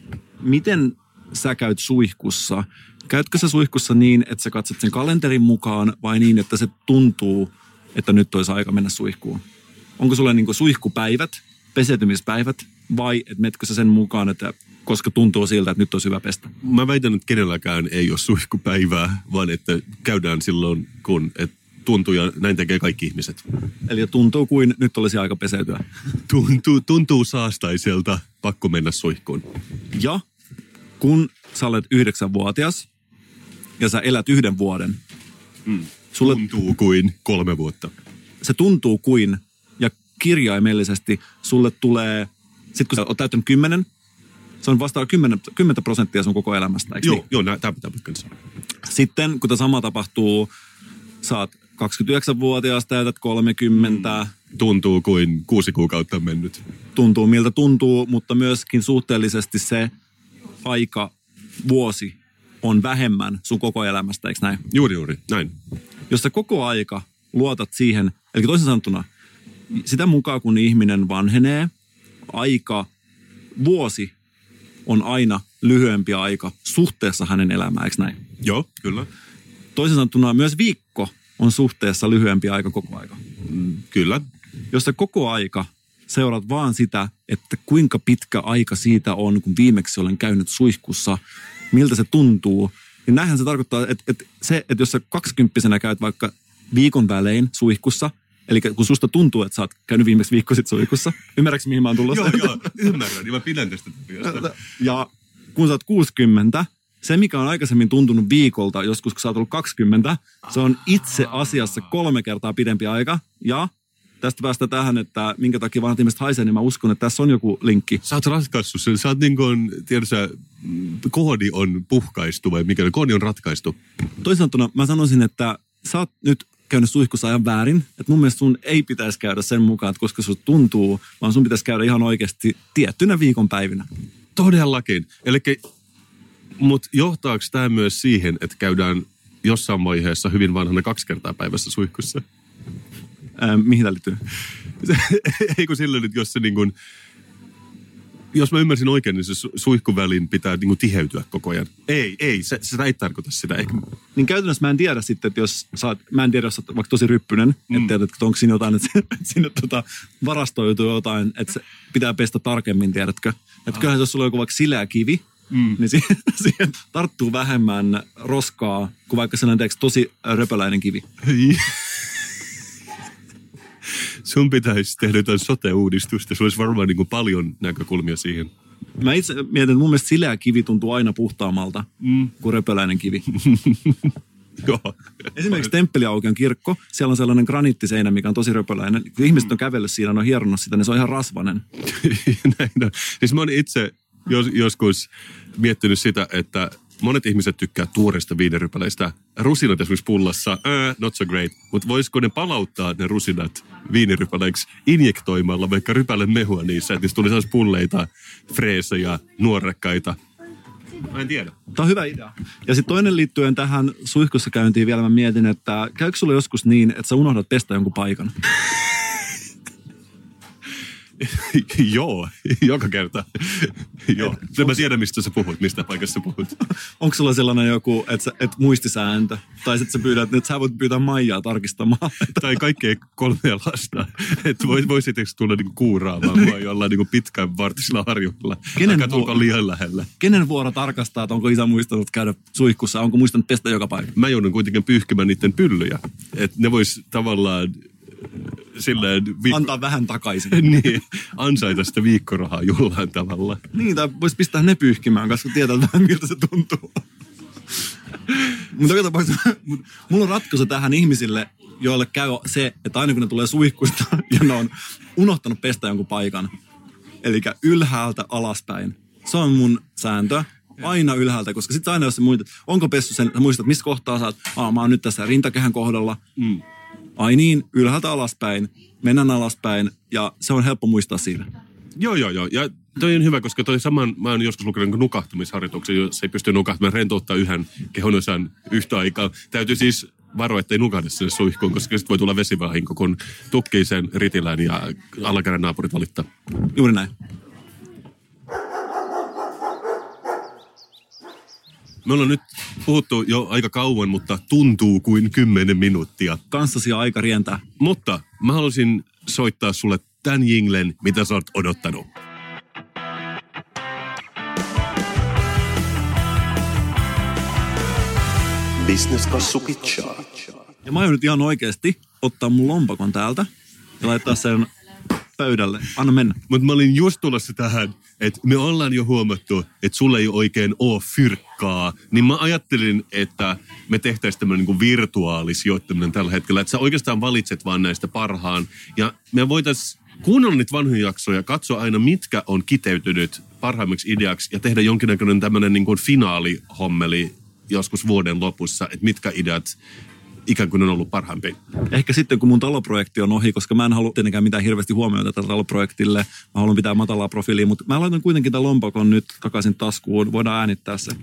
miten sä käyt suihkussa. Käytkö sä suihkussa niin, että sä katsot sen kalenterin mukaan vai niin, että se tuntuu, että nyt olisi aika mennä suihkuun? Onko sulle niin kuin suihkupäivät, peseytymispäivät vai et metkö sä sen mukaan, että koska tuntuu siltä, että nyt olisi hyvä pestä? Mä väitän, että kenelläkään ei ole suihkupäivää, vaan että käydään silloin, kun et tuntuu ja näin tekee kaikki ihmiset. Eli tuntuu kuin nyt olisi aika peseytyä. Tuntuu, tuntuu saastaiselta, pakko mennä suihkuun. Ja kun sä olet yhdeksänvuotias ja sä elät yhden vuoden, mm. sulle tuntuu kuin kolme vuotta. Se tuntuu kuin, ja kirjaimellisesti sulle tulee, sit kun sä oot täyttänyt kymmenen, se on vasta kymmenen prosenttia sun koko elämästä, eikö Joo, niin? joo tämä pitää pyykkänsä. Sitten kun tämä sama tapahtuu, sä oot kaksikymmentäyhdeksänvuotias, täytät kolmekymmentä. Mm. Tuntuu kuin kuusi kuukautta on mennyt. Tuntuu miltä tuntuu, mutta myöskin suhteellisesti se aika, vuosi on vähemmän sun koko elämästä, eikö näin? Juuri, juuri, näin. Jos sä koko aika luotat siihen, eli toisin sanottuna, sitä mukaan kun ihminen vanhenee, aika, vuosi on aina lyhyempi aika suhteessa hänen elämään, eikö näin? Joo, kyllä. Toisin sanottuna myös viikko on suhteessa lyhyempi aika koko aika. Mm, kyllä. Jos sä koko aika seuraat vaan sitä, että kuinka pitkä aika siitä on, kun viimeksi olen käynyt suihkussa, miltä se tuntuu, niin näinhän se tarkoittaa, että, että se, että jos sä kaksikymppisenä käyt vaikka viikon välein suihkussa, eli kun susta tuntuu, että sä oot käynyt viimeksi viikko sitten suihkussa. Ymmärrätkö, mihin mä oon tullut? Joo, joo, ymmärrän. Ja mä pidän tästä työstä. Ja kun sä oot kuusikymmentä, se mikä on aikaisemmin tuntunut viikolta, joskus kun sä oot ollut kaksikymmentä, se on itse asiassa kolme kertaa pidempi aika. Ja tästä päästä tähän, että minkä takia vanhat ihmiset haisee, niin mä uskon, että tässä on joku linkki. Sä oot ratkaissut sen. Sä oot niin kuin, tiedätkö, koodi on puhkaistu vai mikä? Koodi on ratkaistu. Toisaalta mä sanoisin, että sä oot nyt käynyt suihkussa ajan väärin. Että mun mielestä sun ei pitäisi käydä sen mukaan, että koska sun tuntuu, vaan sun pitäisi käydä ihan oikeasti tiettynä viikonpäivinä. Todellakin. Eli, mutta johtaako tämä myös siihen, että käydään jossain vaiheessa hyvin vanhana kaksi kertaa päivässä suihkussa? Ähm, mihin tämä liittyy? Ei kun silloin, että jos se niin kuin, jos mä ymmärsin oikein, niin se su- suihkuvälin pitää niin kuin tiheytyä koko ajan. Ei, ei, se, sitä ei tarkoita sitä. Eikä... Niin käytännössä mä en tiedä sitten, että jos sä oot, mä en tiedä, jos sä oot vaikka tosi ryppynen, mm. että tiedät, että onko siinä jotain, että, että sinne tota, varastoituu jotain, että se pitää pestä tarkemmin, tiedätkö? Että kyllähän jos sulla on joku vaikka sileä kivi, mm. niin siihen, siihen tarttuu vähemmän roskaa kuin vaikka sellainen tosi röpöläinen kivi. Sun pitäisi tehdä jotain sote-uudistusta. Sulla olisi varmaan niin kuin paljon näkökulmia siihen. Mä itse mietin, että mun mielestä sileä kivi tuntuu aina puhtaammalta mm. kuin röpöläinen kivi. Joo. Esimerkiksi Temppeliaukion kirkko, siellä on sellainen graniittiseinä, mikä on tosi röpöläinen. Kun ihmiset on kävellyt siinä, ne on hieronnut sitä, niin se on ihan rasvainen. Näin on. Siis mä oon itse jos, joskus miettinyt sitä, että monet ihmiset tykkää tuoreista viinirypäleistä. Rusinat esimerkiksi pullassa, äh, not so great. Mutta voisiko ne palauttaa ne rusinat viinirypäleiksi injektoimalla vaikka rypälen mehua niissä, että niistä tuli sellaisia pulleita, freesejä, nuorekkaita. Mä en tiedä. Tämä on hyvä idea. Ja sitten toinen liittyen tähän suihkussa käyntiin vielä mä mietin, että käykö sulla joskus niin, että sä unohdat pestä jonkun paikan? Joo, joka kerta. Joo. Mä tiedän, mistä sä puhut, mistä paikassa puhut. Onko sulla sellainen joku, että sä, et muistisääntö? Tai sitten sä pyydät, että sä voit pyytää Maijaa tarkistamaan. Tai kaikkea kolmea lasta. Että voisitko tulla niinku kuuraamaan mua jollain niinku pitkään vartisilla harjuilla. Kenen Aika tulko liian lähellä. Kenen vuoro tarkastaa, että onko isä muistanut käydä suihkussa? Onko muistanut pestä joka paikka? Mä joudun kuitenkin pyyhkimään niiden pyllyjä. Että ne vois tavallaan... Silleen, viikko... Antaa vähän takaisin. Niin, ansaita sitä viikkorahaa jollain tavalla. Niin, tai voisi pistää ne pyyhkimään, koska tietää vähän miltä se tuntuu. Mutta joka tapauksessa, mulla on ratkaisu tähän ihmisille, joille käy se, että aina kun ne tulee suihkusta ja ne on unohtanut pestä jonkun paikan. Eli ylhäältä alaspäin. Se on mun sääntö. Aina ylhäältä, koska sitten aina jos sä muistat, onko pessu sen, sä muistat, missä kohtaa sä oot, Aa, mä oon nyt tässä rintakehän kohdalla. Mm. Ai niin, ylhäältä alaspäin, mennään alaspäin ja se on helppo muistaa siinä. Joo, joo, joo. Ja toi on hyvä, koska toi saman, mä oon joskus lukenut nukahtamisharjoituksen, jos ei pysty nukahtamaan, rentouttaa yhden kehonosan yhtä aikaa. Täytyy siis varoa, ettei nukahda sinne suihkuun, koska sitten voi tulla vesivahinko, kun tukkii sen ritilään ja alakäden naapurit valittaa. Juuri näin. Me ollaan nyt puhuttu jo aika kauan, mutta tuntuu kuin kymmenen minuuttia. Kanssasi aika rientää. Mutta mä haluaisin soittaa sulle tämän jinglen, mitä sä oot odottanut. Business Kassu pitchaa. Ja mä aion nyt ihan oikeasti ottaa mun lompakon täältä ja laittaa sen pöydälle. Anna mennä. Mutta mä olin just tulossa tähän, että me ollaan jo huomattu, että sulle ei oikein ole fyrkkaa. Niin mä ajattelin, että me tehtäisiin tämmöinen niin virtuaalisijoittaminen tällä hetkellä. Että sä oikeastaan valitset vaan näistä parhaan. Ja me voitaisiin kuunnella niitä vanhoja jaksoja, katsoa aina mitkä on kiteytynyt parhaimmiksi ideaksi ja tehdä jonkinnäköinen tämmöinen niin kuin finaalihommeli joskus vuoden lopussa, että mitkä ideat ikään kuin on ollut parhaimpia. Ehkä sitten, kun mun taloprojekti on ohi, koska mä en halua tietenkään mitään hirveästi huomiota tälle taloprojektille. Mä haluan pitää matalaa profiilia, mutta mä laitan kuitenkin tämän lompakon nyt takaisin taskuun. Voidaan äänittää se.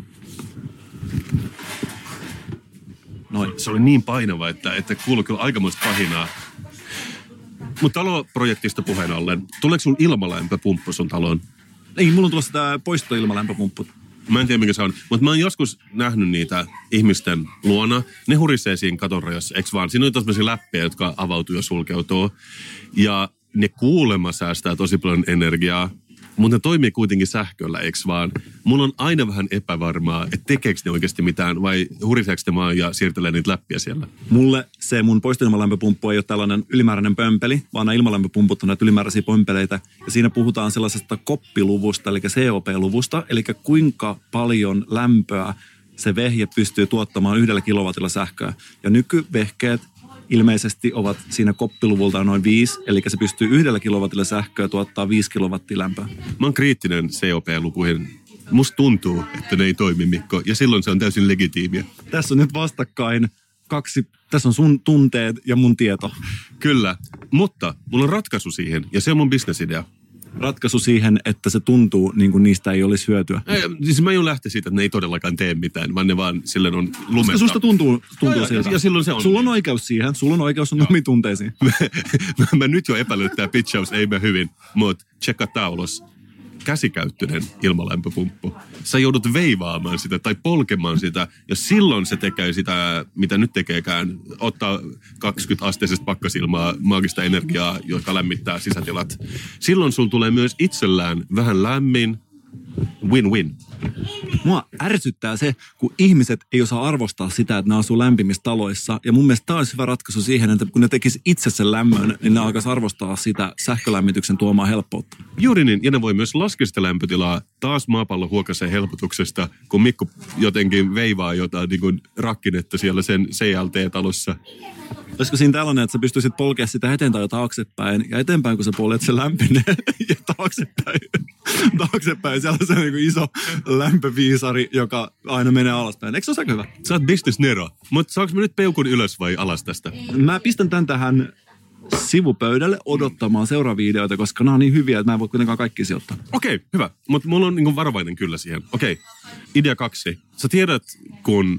Noin. Se oli niin painava, että, että kuului kyllä aikamoista pahinaa. Mutta taloprojektista puheen ollen, tuleeko sun ilmalämpöpumppu sun taloon? Ei, mulla on tulossa tää poistoilmalämpöpumppu. Mä en tiedä, mikä se on. Mutta mä oon joskus nähnyt niitä ihmisten luona. Ne hurisee siinä katon rajassa, eikö vaan? Siinä on tämmöisiä läppejä, jotka avautuu ja sulkeutuu. Ja ne kuulemma säästää tosi paljon energiaa. Mutta ne toimii kuitenkin sähköllä, eikö vaan? Mulla on aina vähän epävarmaa, että tekeekö ne oikeasti mitään vai huriseeko ne vaan ja siirtelee niitä läppiä siellä? Mulle se mun poistoilmalämpöpumppu ei ole tällainen ylimääräinen pömpeli, vaan nämä ilmalämpöpumput on näitä ylimääräisiä pömpeleitä. Ja siinä puhutaan sellaisesta koppiluvusta, eli C O P-luvusta, eli kuinka paljon lämpöä se vehje pystyy tuottamaan yhdellä kilowattilla sähköä. Ja nykyvehkeet ilmeisesti ovat siinä koppiluvultaan noin viisi, eli se pystyy yhdellä kilowattilla sähköä tuottaa viisi kilowattia lämpöä. Mä oon kriittinen C O P-lukuihin. Musta tuntuu, että ne ei toimi, Mikko, ja silloin se on täysin legitiimiä. Tässä on nyt vastakkain kaksi, tässä on sun tunteet ja mun tieto. Kyllä, mutta mulla on ratkaisu siihen, ja se on mun bisnesidea. ratkaisu siihen, että se tuntuu niin kuin niistä ei olisi hyötyä? Ei, siis mä en lähteä siitä, että ne ei todellakaan tee mitään, vaan ne vaan silleen on lumetta. Koska susta tuntuu, tuntuu ja, siltä. Ja, ja silloin se on. Sulla on oikeus siihen, sulla on oikeus on omiin tunteisiin. mä, mä nyt jo epäilen, että tämä pitchaus ei mene hyvin, mutta tsekka tää ulos. Käsikäyttöinen ilmalämpöpumppu. Sä joudut veivaamaan sitä tai polkemaan sitä, ja silloin se tekee sitä, mitä nyt tekeekään, ottaa kaksikymmentä-asteisesta pakkasilmaa maagista energiaa, joka lämmittää sisätilat. Silloin sun tulee myös itsellään vähän lämmin, win-win. Mua ärsyttää se, kun ihmiset ei osaa arvostaa sitä, että ne asuu lämpimissä taloissa. Ja mun mielestä tämä olisi hyvä ratkaisu siihen, että kun ne tekisi itse sen lämmön, niin ne alkaisi arvostaa sitä sähkölämmityksen tuomaa helppoutta. Juuri niin, ja ne voi myös laskea sitä lämpötilaa. Taas maapallo huokasee helpotuksesta, kun Mikko jotenkin veivaa jotain niin kuin rakkinetta siellä sen C L T-talossa. Olisiko siinä tällainen, että sä pystyisit polkemaan sitä eteenpäin ja taaksepäin, ja eteenpäin kun sä poljet, se lämpenee, ja taaksepäin, taaksepäin siellä on se niin kuin iso lämpöviisari, joka aina menee alaspäin. Eikö se ole aika hyvä? Sä oot business nero, mutta saanko mä nyt peukun ylös vai alas tästä? Mä pistän tän tähän sivupöydälle odottamaan seuraavia ideoita, koska nämä on niin hyviä, että mä en voi kuitenkaan kaikki sijoittaa. Okei, okay, hyvä. Mutta mulla on niin kuin varovainen kyllä siihen. Okei, okay. Idea kaksi. Sä tiedät, kun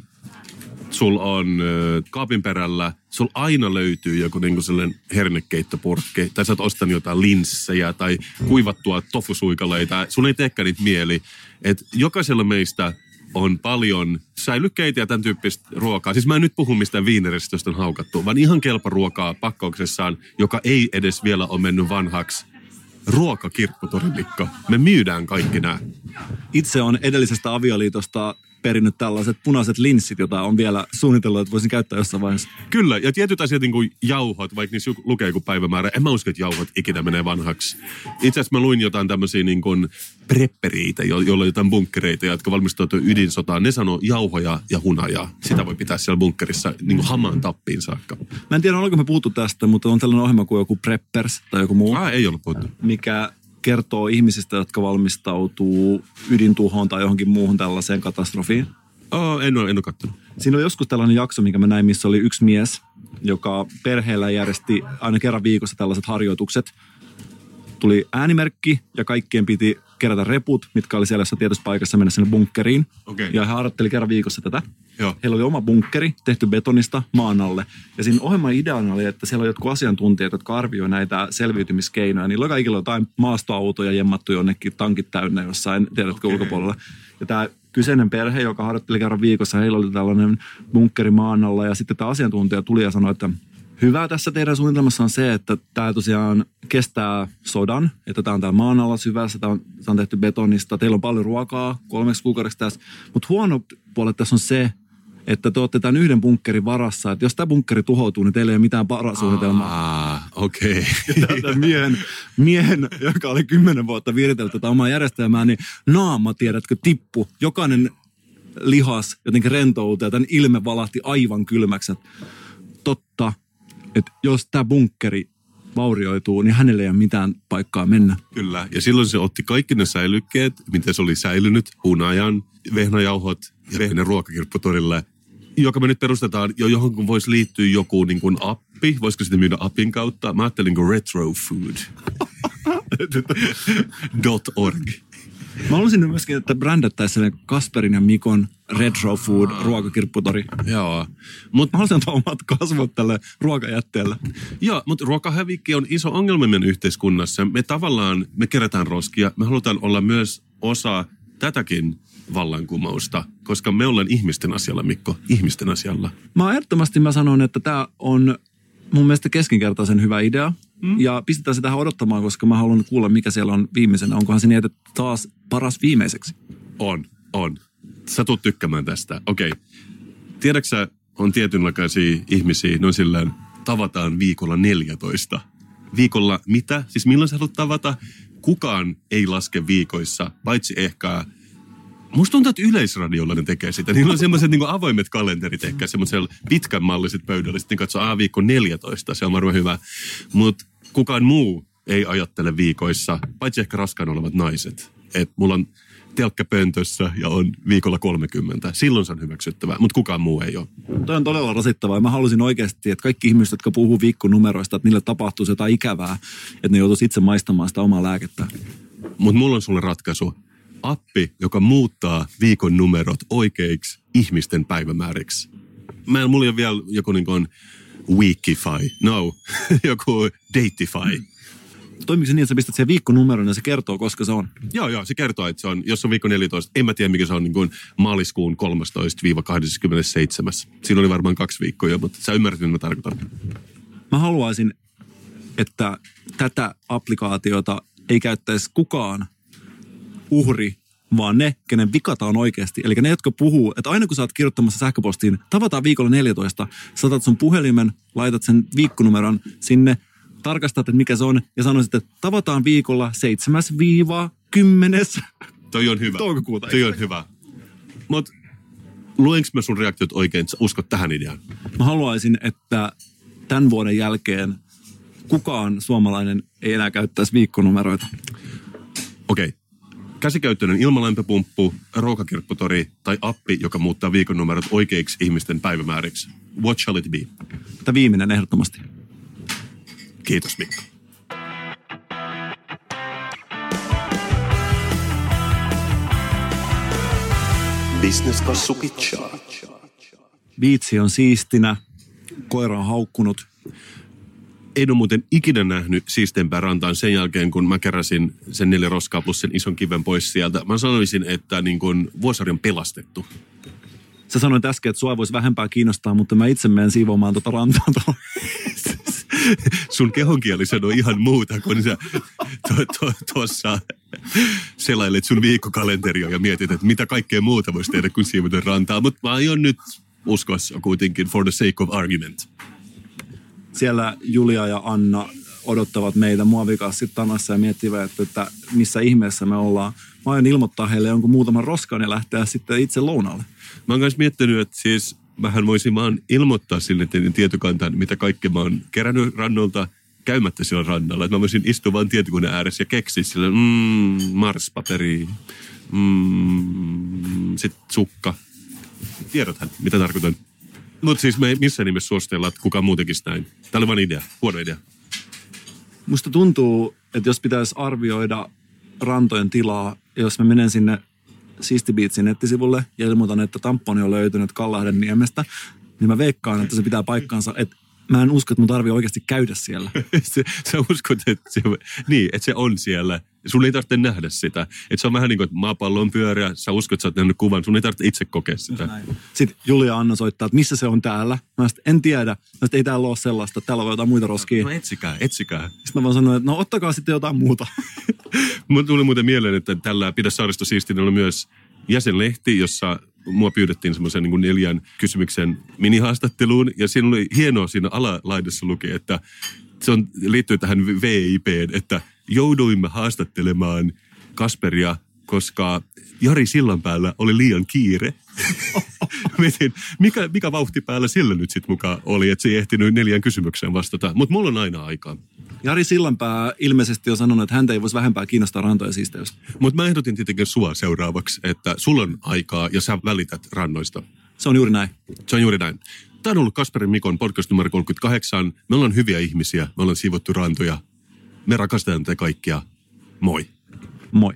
sul on äh, kaapin perällä, sul aina löytyy joku niinku sellainen hernekeittopurkki, tai sä oot ostanut jotain linssejä tai kuivattua tofusuikaleita. Sun ei teekään niitä mieli. Että jokaisella meistä on paljon säilykkeitä ja tämän tyyppistä ruokaa. Siis mä en nyt puhu mistään viineristä, josta on haukattu, vaan ihan kelparuokaa pakkauksessaan, joka ei edes vielä ole mennyt vanhaksi. Ruokakirpputori, Mikko. Me myydään kaikki nämä. Itse on edellisestä avioliitosta perinnyt tällaiset punaiset linssit, jota on vielä suunnitellut, että voisin käyttää jossain vaiheessa. Kyllä, ja tietyt asiat niin kuin jauhot, vaikka niissä lukee joku päivämäärä, en mä usko, että jauhot ikinä menee vanhaksi. Itse asiassa mä luin jotain tämmöisiä niin kuin prepperiitä, jo- joilla on jotain bunkkereita, jotka valmistautuu ydinsotaan. Ne sanoo jauhoja ja hunajaa. Sitä voi pitää siellä bunkkerissa niin kuin hamaan tappiin saakka. Mä en tiedä, oliko me puhuttu tästä, mutta on tällainen ohjelma kuin joku Preppers tai joku muu. Ah, ei ollut puhuttu. Mikä kertoo ihmisistä, jotka valmistautuu ydintuhoon tai johonkin muuhun tällaiseen katastrofiin. Oh, en ole, en ole kattonut. Siinä oli joskus tällainen jakso, minkä mä näin, missä oli yksi mies, joka perheellä järjesti aina kerran viikossa tällaiset harjoitukset. Tuli äänimerkki ja kaikkien piti kerätä reput, mitkä oli siellä jossain tietyssä paikassa mennä sinne bunkkeriin. Okay. Ja he harjoitteli kerran viikossa tätä. Joo. Heillä oli oma bunkkeri, tehty betonista maan alle. Ja siinä ohjelman ideana oli, että siellä on jotkut asiantuntijat, jotka arvioi näitä selviytymiskeinoja. Niillä on kaikilla jotain maastoautoja jemmattu jonnekin, tankit täynnä jossain, tiedätkö, okay. ulkopuolella. Ja tämä kyseinen perhe, joka harjoitteli kerran viikossa, heillä oli tällainen bunkkeri maan alla. Ja sitten tämä asiantuntija tuli ja sanoi, että hyvä tässä teidän suunnitelmassa on se, että tämä tosiaan kestää sodan, että tämä on täällä maan alla syvässä, tämä on, tämä on tehty betonista, teillä on paljon ruokaa kolmeksi kuukaudeksi tässä. Mutta huono puolet tässä on se, että te olette tämän yhden bunkkerin varassa, että jos tämä bunkkeri tuhoutuu, niin teillä ei ole mitään parasuunnitelmaa. Ah, okei. Okay. Tämän miehen, miehen, joka oli kymmenen vuotta viritellyt tätä omaa järjestelmää, niin naama, tiedätkö, tippu. Jokainen lihas jotenkin rentoutuu ja tämän ilme valahti aivan kylmäksi. Totta, että jos tämä bunkkeri vaurioituu, niin hänelle ei ole mitään paikkaa mennä. Kyllä, ja silloin se otti kaikki ne säilykkeet, miten se oli säilynyt, hunajan, vehnäjauhot ja vehnä ruokakirpputorille, joka me nyt perustetaan, jo johon voisi liittyä joku niin kuin appi, voisiko sitä myydä appin kautta? Mä ajattelin niin kuin retrofood dot org. Mä haluaisin myöskin, että brändättäisiin Kasperin ja Mikon Retro Food ruokakirpputori. Joo. Mut, Mä haluaisin antaa omat kasvot tälle ruokajätteelle. Joo, mutta ruokahävikki on iso ongelma meidän yhteiskunnassa. Me tavallaan, me kerätään roskia. Me halutaan olla myös osa tätäkin vallankumousta, koska me ollaan ihmisten asialla, Mikko. Ihmisten asialla. Mä ehdottomasti mä sanon, että tää on mun mielestä keskinkertaisen hyvä idea. Mm. Ja pistetään se tähän odottamaan, koska mä haluan kuulla, mikä siellä on viimeisenä. Onkohan se niin, että taas paras viimeiseksi? On, on. Sä tulet tykkäämään tästä. Okei. Okay. Tiedätkö sä, on tietynlaisia ihmisiä, ne on sillään, tavataan viikolla neljätoista. Viikolla mitä? Siis milloin sä haluat tavata? Kukaan ei laske viikoissa, paitsi ehkä... Musta tuntuu, että Yleisradiolla ne tekee sitä. Niillä on sellaiset niin kuin avoimet kalenterit ehkä, semmoisella pitkän malliset pöydällä. Sitten katsoo, aah, viikko neljätoista, se on varmaan hyvä. Mutta kukaan muu ei ajattele viikoissa, paitsi ehkä raskaana olevat naiset. Et mulla on telkkäpöntössä ja on viikolla kolmekymmentä. Silloin se on hyväksyttävää, mutta kukaan muu ei ole. Toi on todella rasittavaa. Mä halusin oikeasti, että kaikki ihmiset, jotka puhuu viikkonumeroista, että niille tapahtuisi jotain ikävää, että ne joutuisi itse maistamaan sitä omaa lääkettä. Mutta mulla on sulle ratkaisu. Appi, joka muuttaa viikon numerot oikeiksi ihmisten päivämääriksi. Mä, mulla on vielä joku niin kuin Weekify, no, joku Dateify. Toimiko se niin, että sä pistät siihen viikkonumeron ja se kertoo, koska se on? Joo, joo, se kertoo, että se on, jos on viikko neljätoista, en mä tiedä mikä se on niin kuin maaliskuun kolmastoista kahdeskymmenesseitsemäs. Siinä oli varmaan kaksi viikkoa jo, mutta sä ymmärrät, mitä mä tarkoitan. Mä haluaisin, että tätä applikaatiota ei käyttäisi kukaan uhri, vaan ne, kenen vikata on oikeasti. Eli ne, jotka puhuu, että aina kun sä oot kirjoittamassa sähköpostiin, tavataan viikolla neljätoista, sä otat sun puhelimen, laitat sen viikkonumeron sinne, tarkastat, että mikä se on, ja sanoisit, että tavataan viikolla seitsemäs kymmenes Toi on hyvä. toukokuuta. Toi on hyvä. Mut luenko mä sun reaktiot oikein, että sä uskot tähän ideaan? Mä haluaisin, että tämän vuoden jälkeen kukaan suomalainen ei enää käyttäisi viikkonumeroita. Okei. Okay. Käsikäyttöinen ilmalämpöpumppu, ruokakirpputori tai appi, joka muuttaa viikonnumerot oikeiksi ihmisten päivämääriksi. What shall it be? Tämä viimeinen ehdottomasti. Kiitos, Mikko. Business-kassu pitchaa. Biitsi on siistinä, koira on haukkunut. En ole muuten ikinä nähnyt siistempää rantaan sen jälkeen, kun mä keräsin sen neljä roskaa plus sen ison kiven pois sieltä. Mä sanoisin, että niin kuin Vuosaari on pelastettu. Sä sanoit äsken, että sua voisi vähempää kiinnostaa, mutta mä itse menen siivoamaan tuota rantaa tuolla. Sun kehonkieli sanoo ihan muuta, kun sä tuossa to, to, selailet sun viikkokalenteria ja mietit, että mitä kaikkea muuta voisi tehdä kuin siivota rantaa. Mutta mä aion nyt uskoa kuitenkin for the sake of argument. Siellä Julia ja Anna odottavat meitä muovikas sitten tanassa ja miettivät, että missä ihmeessä me ollaan. Mä aion ilmoittaa heille jonkun muutaman roskan ja lähteä sitten itse lounalle. Mä oon myös miettinyt, että siis mähän voisin vaan ilmoittaa sille tietokantaan, mitä kaikkea mä oon kerännyt rannolta käymättä siellä rannalla. Että mä voisin istua vaan tietokoneen ääressä ja keksiä sille, mmm, marspaperi, mmm, sit sukka. Tiedäthän, mitä tarkoitan. Mutta siis me ei missään nimessä suositella, että kukaan muu tekisi näin. Tämä oli vaan idea, huono idea. Musta tuntuu, että jos pitäisi arvioida rantojen tilaa, ja jos mä menen sinne Siisti Beatsin nettisivulle ja ilmoitan, että tamponi on löytynyt Kallahden niemestä, niin mä veikkaan, että se pitää paikkaansa, että mä en usko, että mun tarvii oikeasti käydä siellä. Sä uskot, että se, niin, että se on siellä. Sun ei tarvitse nähdä sitä. Että se on vähän niin kuin, että maapallo on pyöreä. Sä uskot, että sä oot nähnyt kuvan. Sun ei tarvitse itse kokea sitä. Sitten Julia Anna soittaa, että missä se on täällä. Mä sit, en tiedä. Mä sit, ei täällä ole sellaista. Täällä on jotain muita roskia. No etsikää, etsikää. Sitten mä vaan sanoin, että no ottakaa sitten jotain muuta. Mun tuli muuten mieleen, että tällä Pidä Saaristo siistinä oli myös jäsenlehti, jossa mua pyydettiin semmoisen niin kuin neljän kysymyksen minihaastatteluun. Ja siinä oli hienoa, siinä alalaidassa luki, että se on, liittyy tähän V I P:en, että jouduimme haastattelemaan Kasperia, koska Jari Sillanpäällä oli liian kiire. Mietin, mikä, mikä vauhti päällä sillä nyt sitten mukaan oli, että se ei ehtinyt neljän kysymykseen vastata. Mutta mulla on aina aikaa. Jari Sillanpää ilmeisesti on sanonut, että häntä ei voisi vähempää kiinnostaa rantoja siisteys. Mutta mä ehdotin tietenkin sua seuraavaksi, että sulla on aikaa ja sä välität rannoista. Se on juuri näin. Se on juuri näin. Tämä on ollut Kasperin Mikon podcast numero kolmekymmentäkahdeksan. Me ollaan hyviä ihmisiä, me ollaan siivottu rantoja. Me rakastetaan teitä kaikkia. Moi. Moi.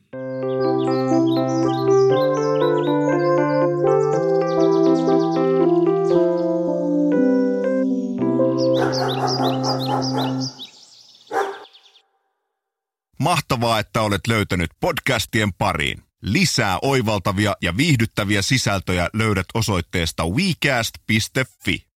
Mahtavaa, että olet löytänyt podcastien pariin. Lisää oivaltavia ja viihdyttäviä sisältöjä löydät osoitteesta wecast piste fi.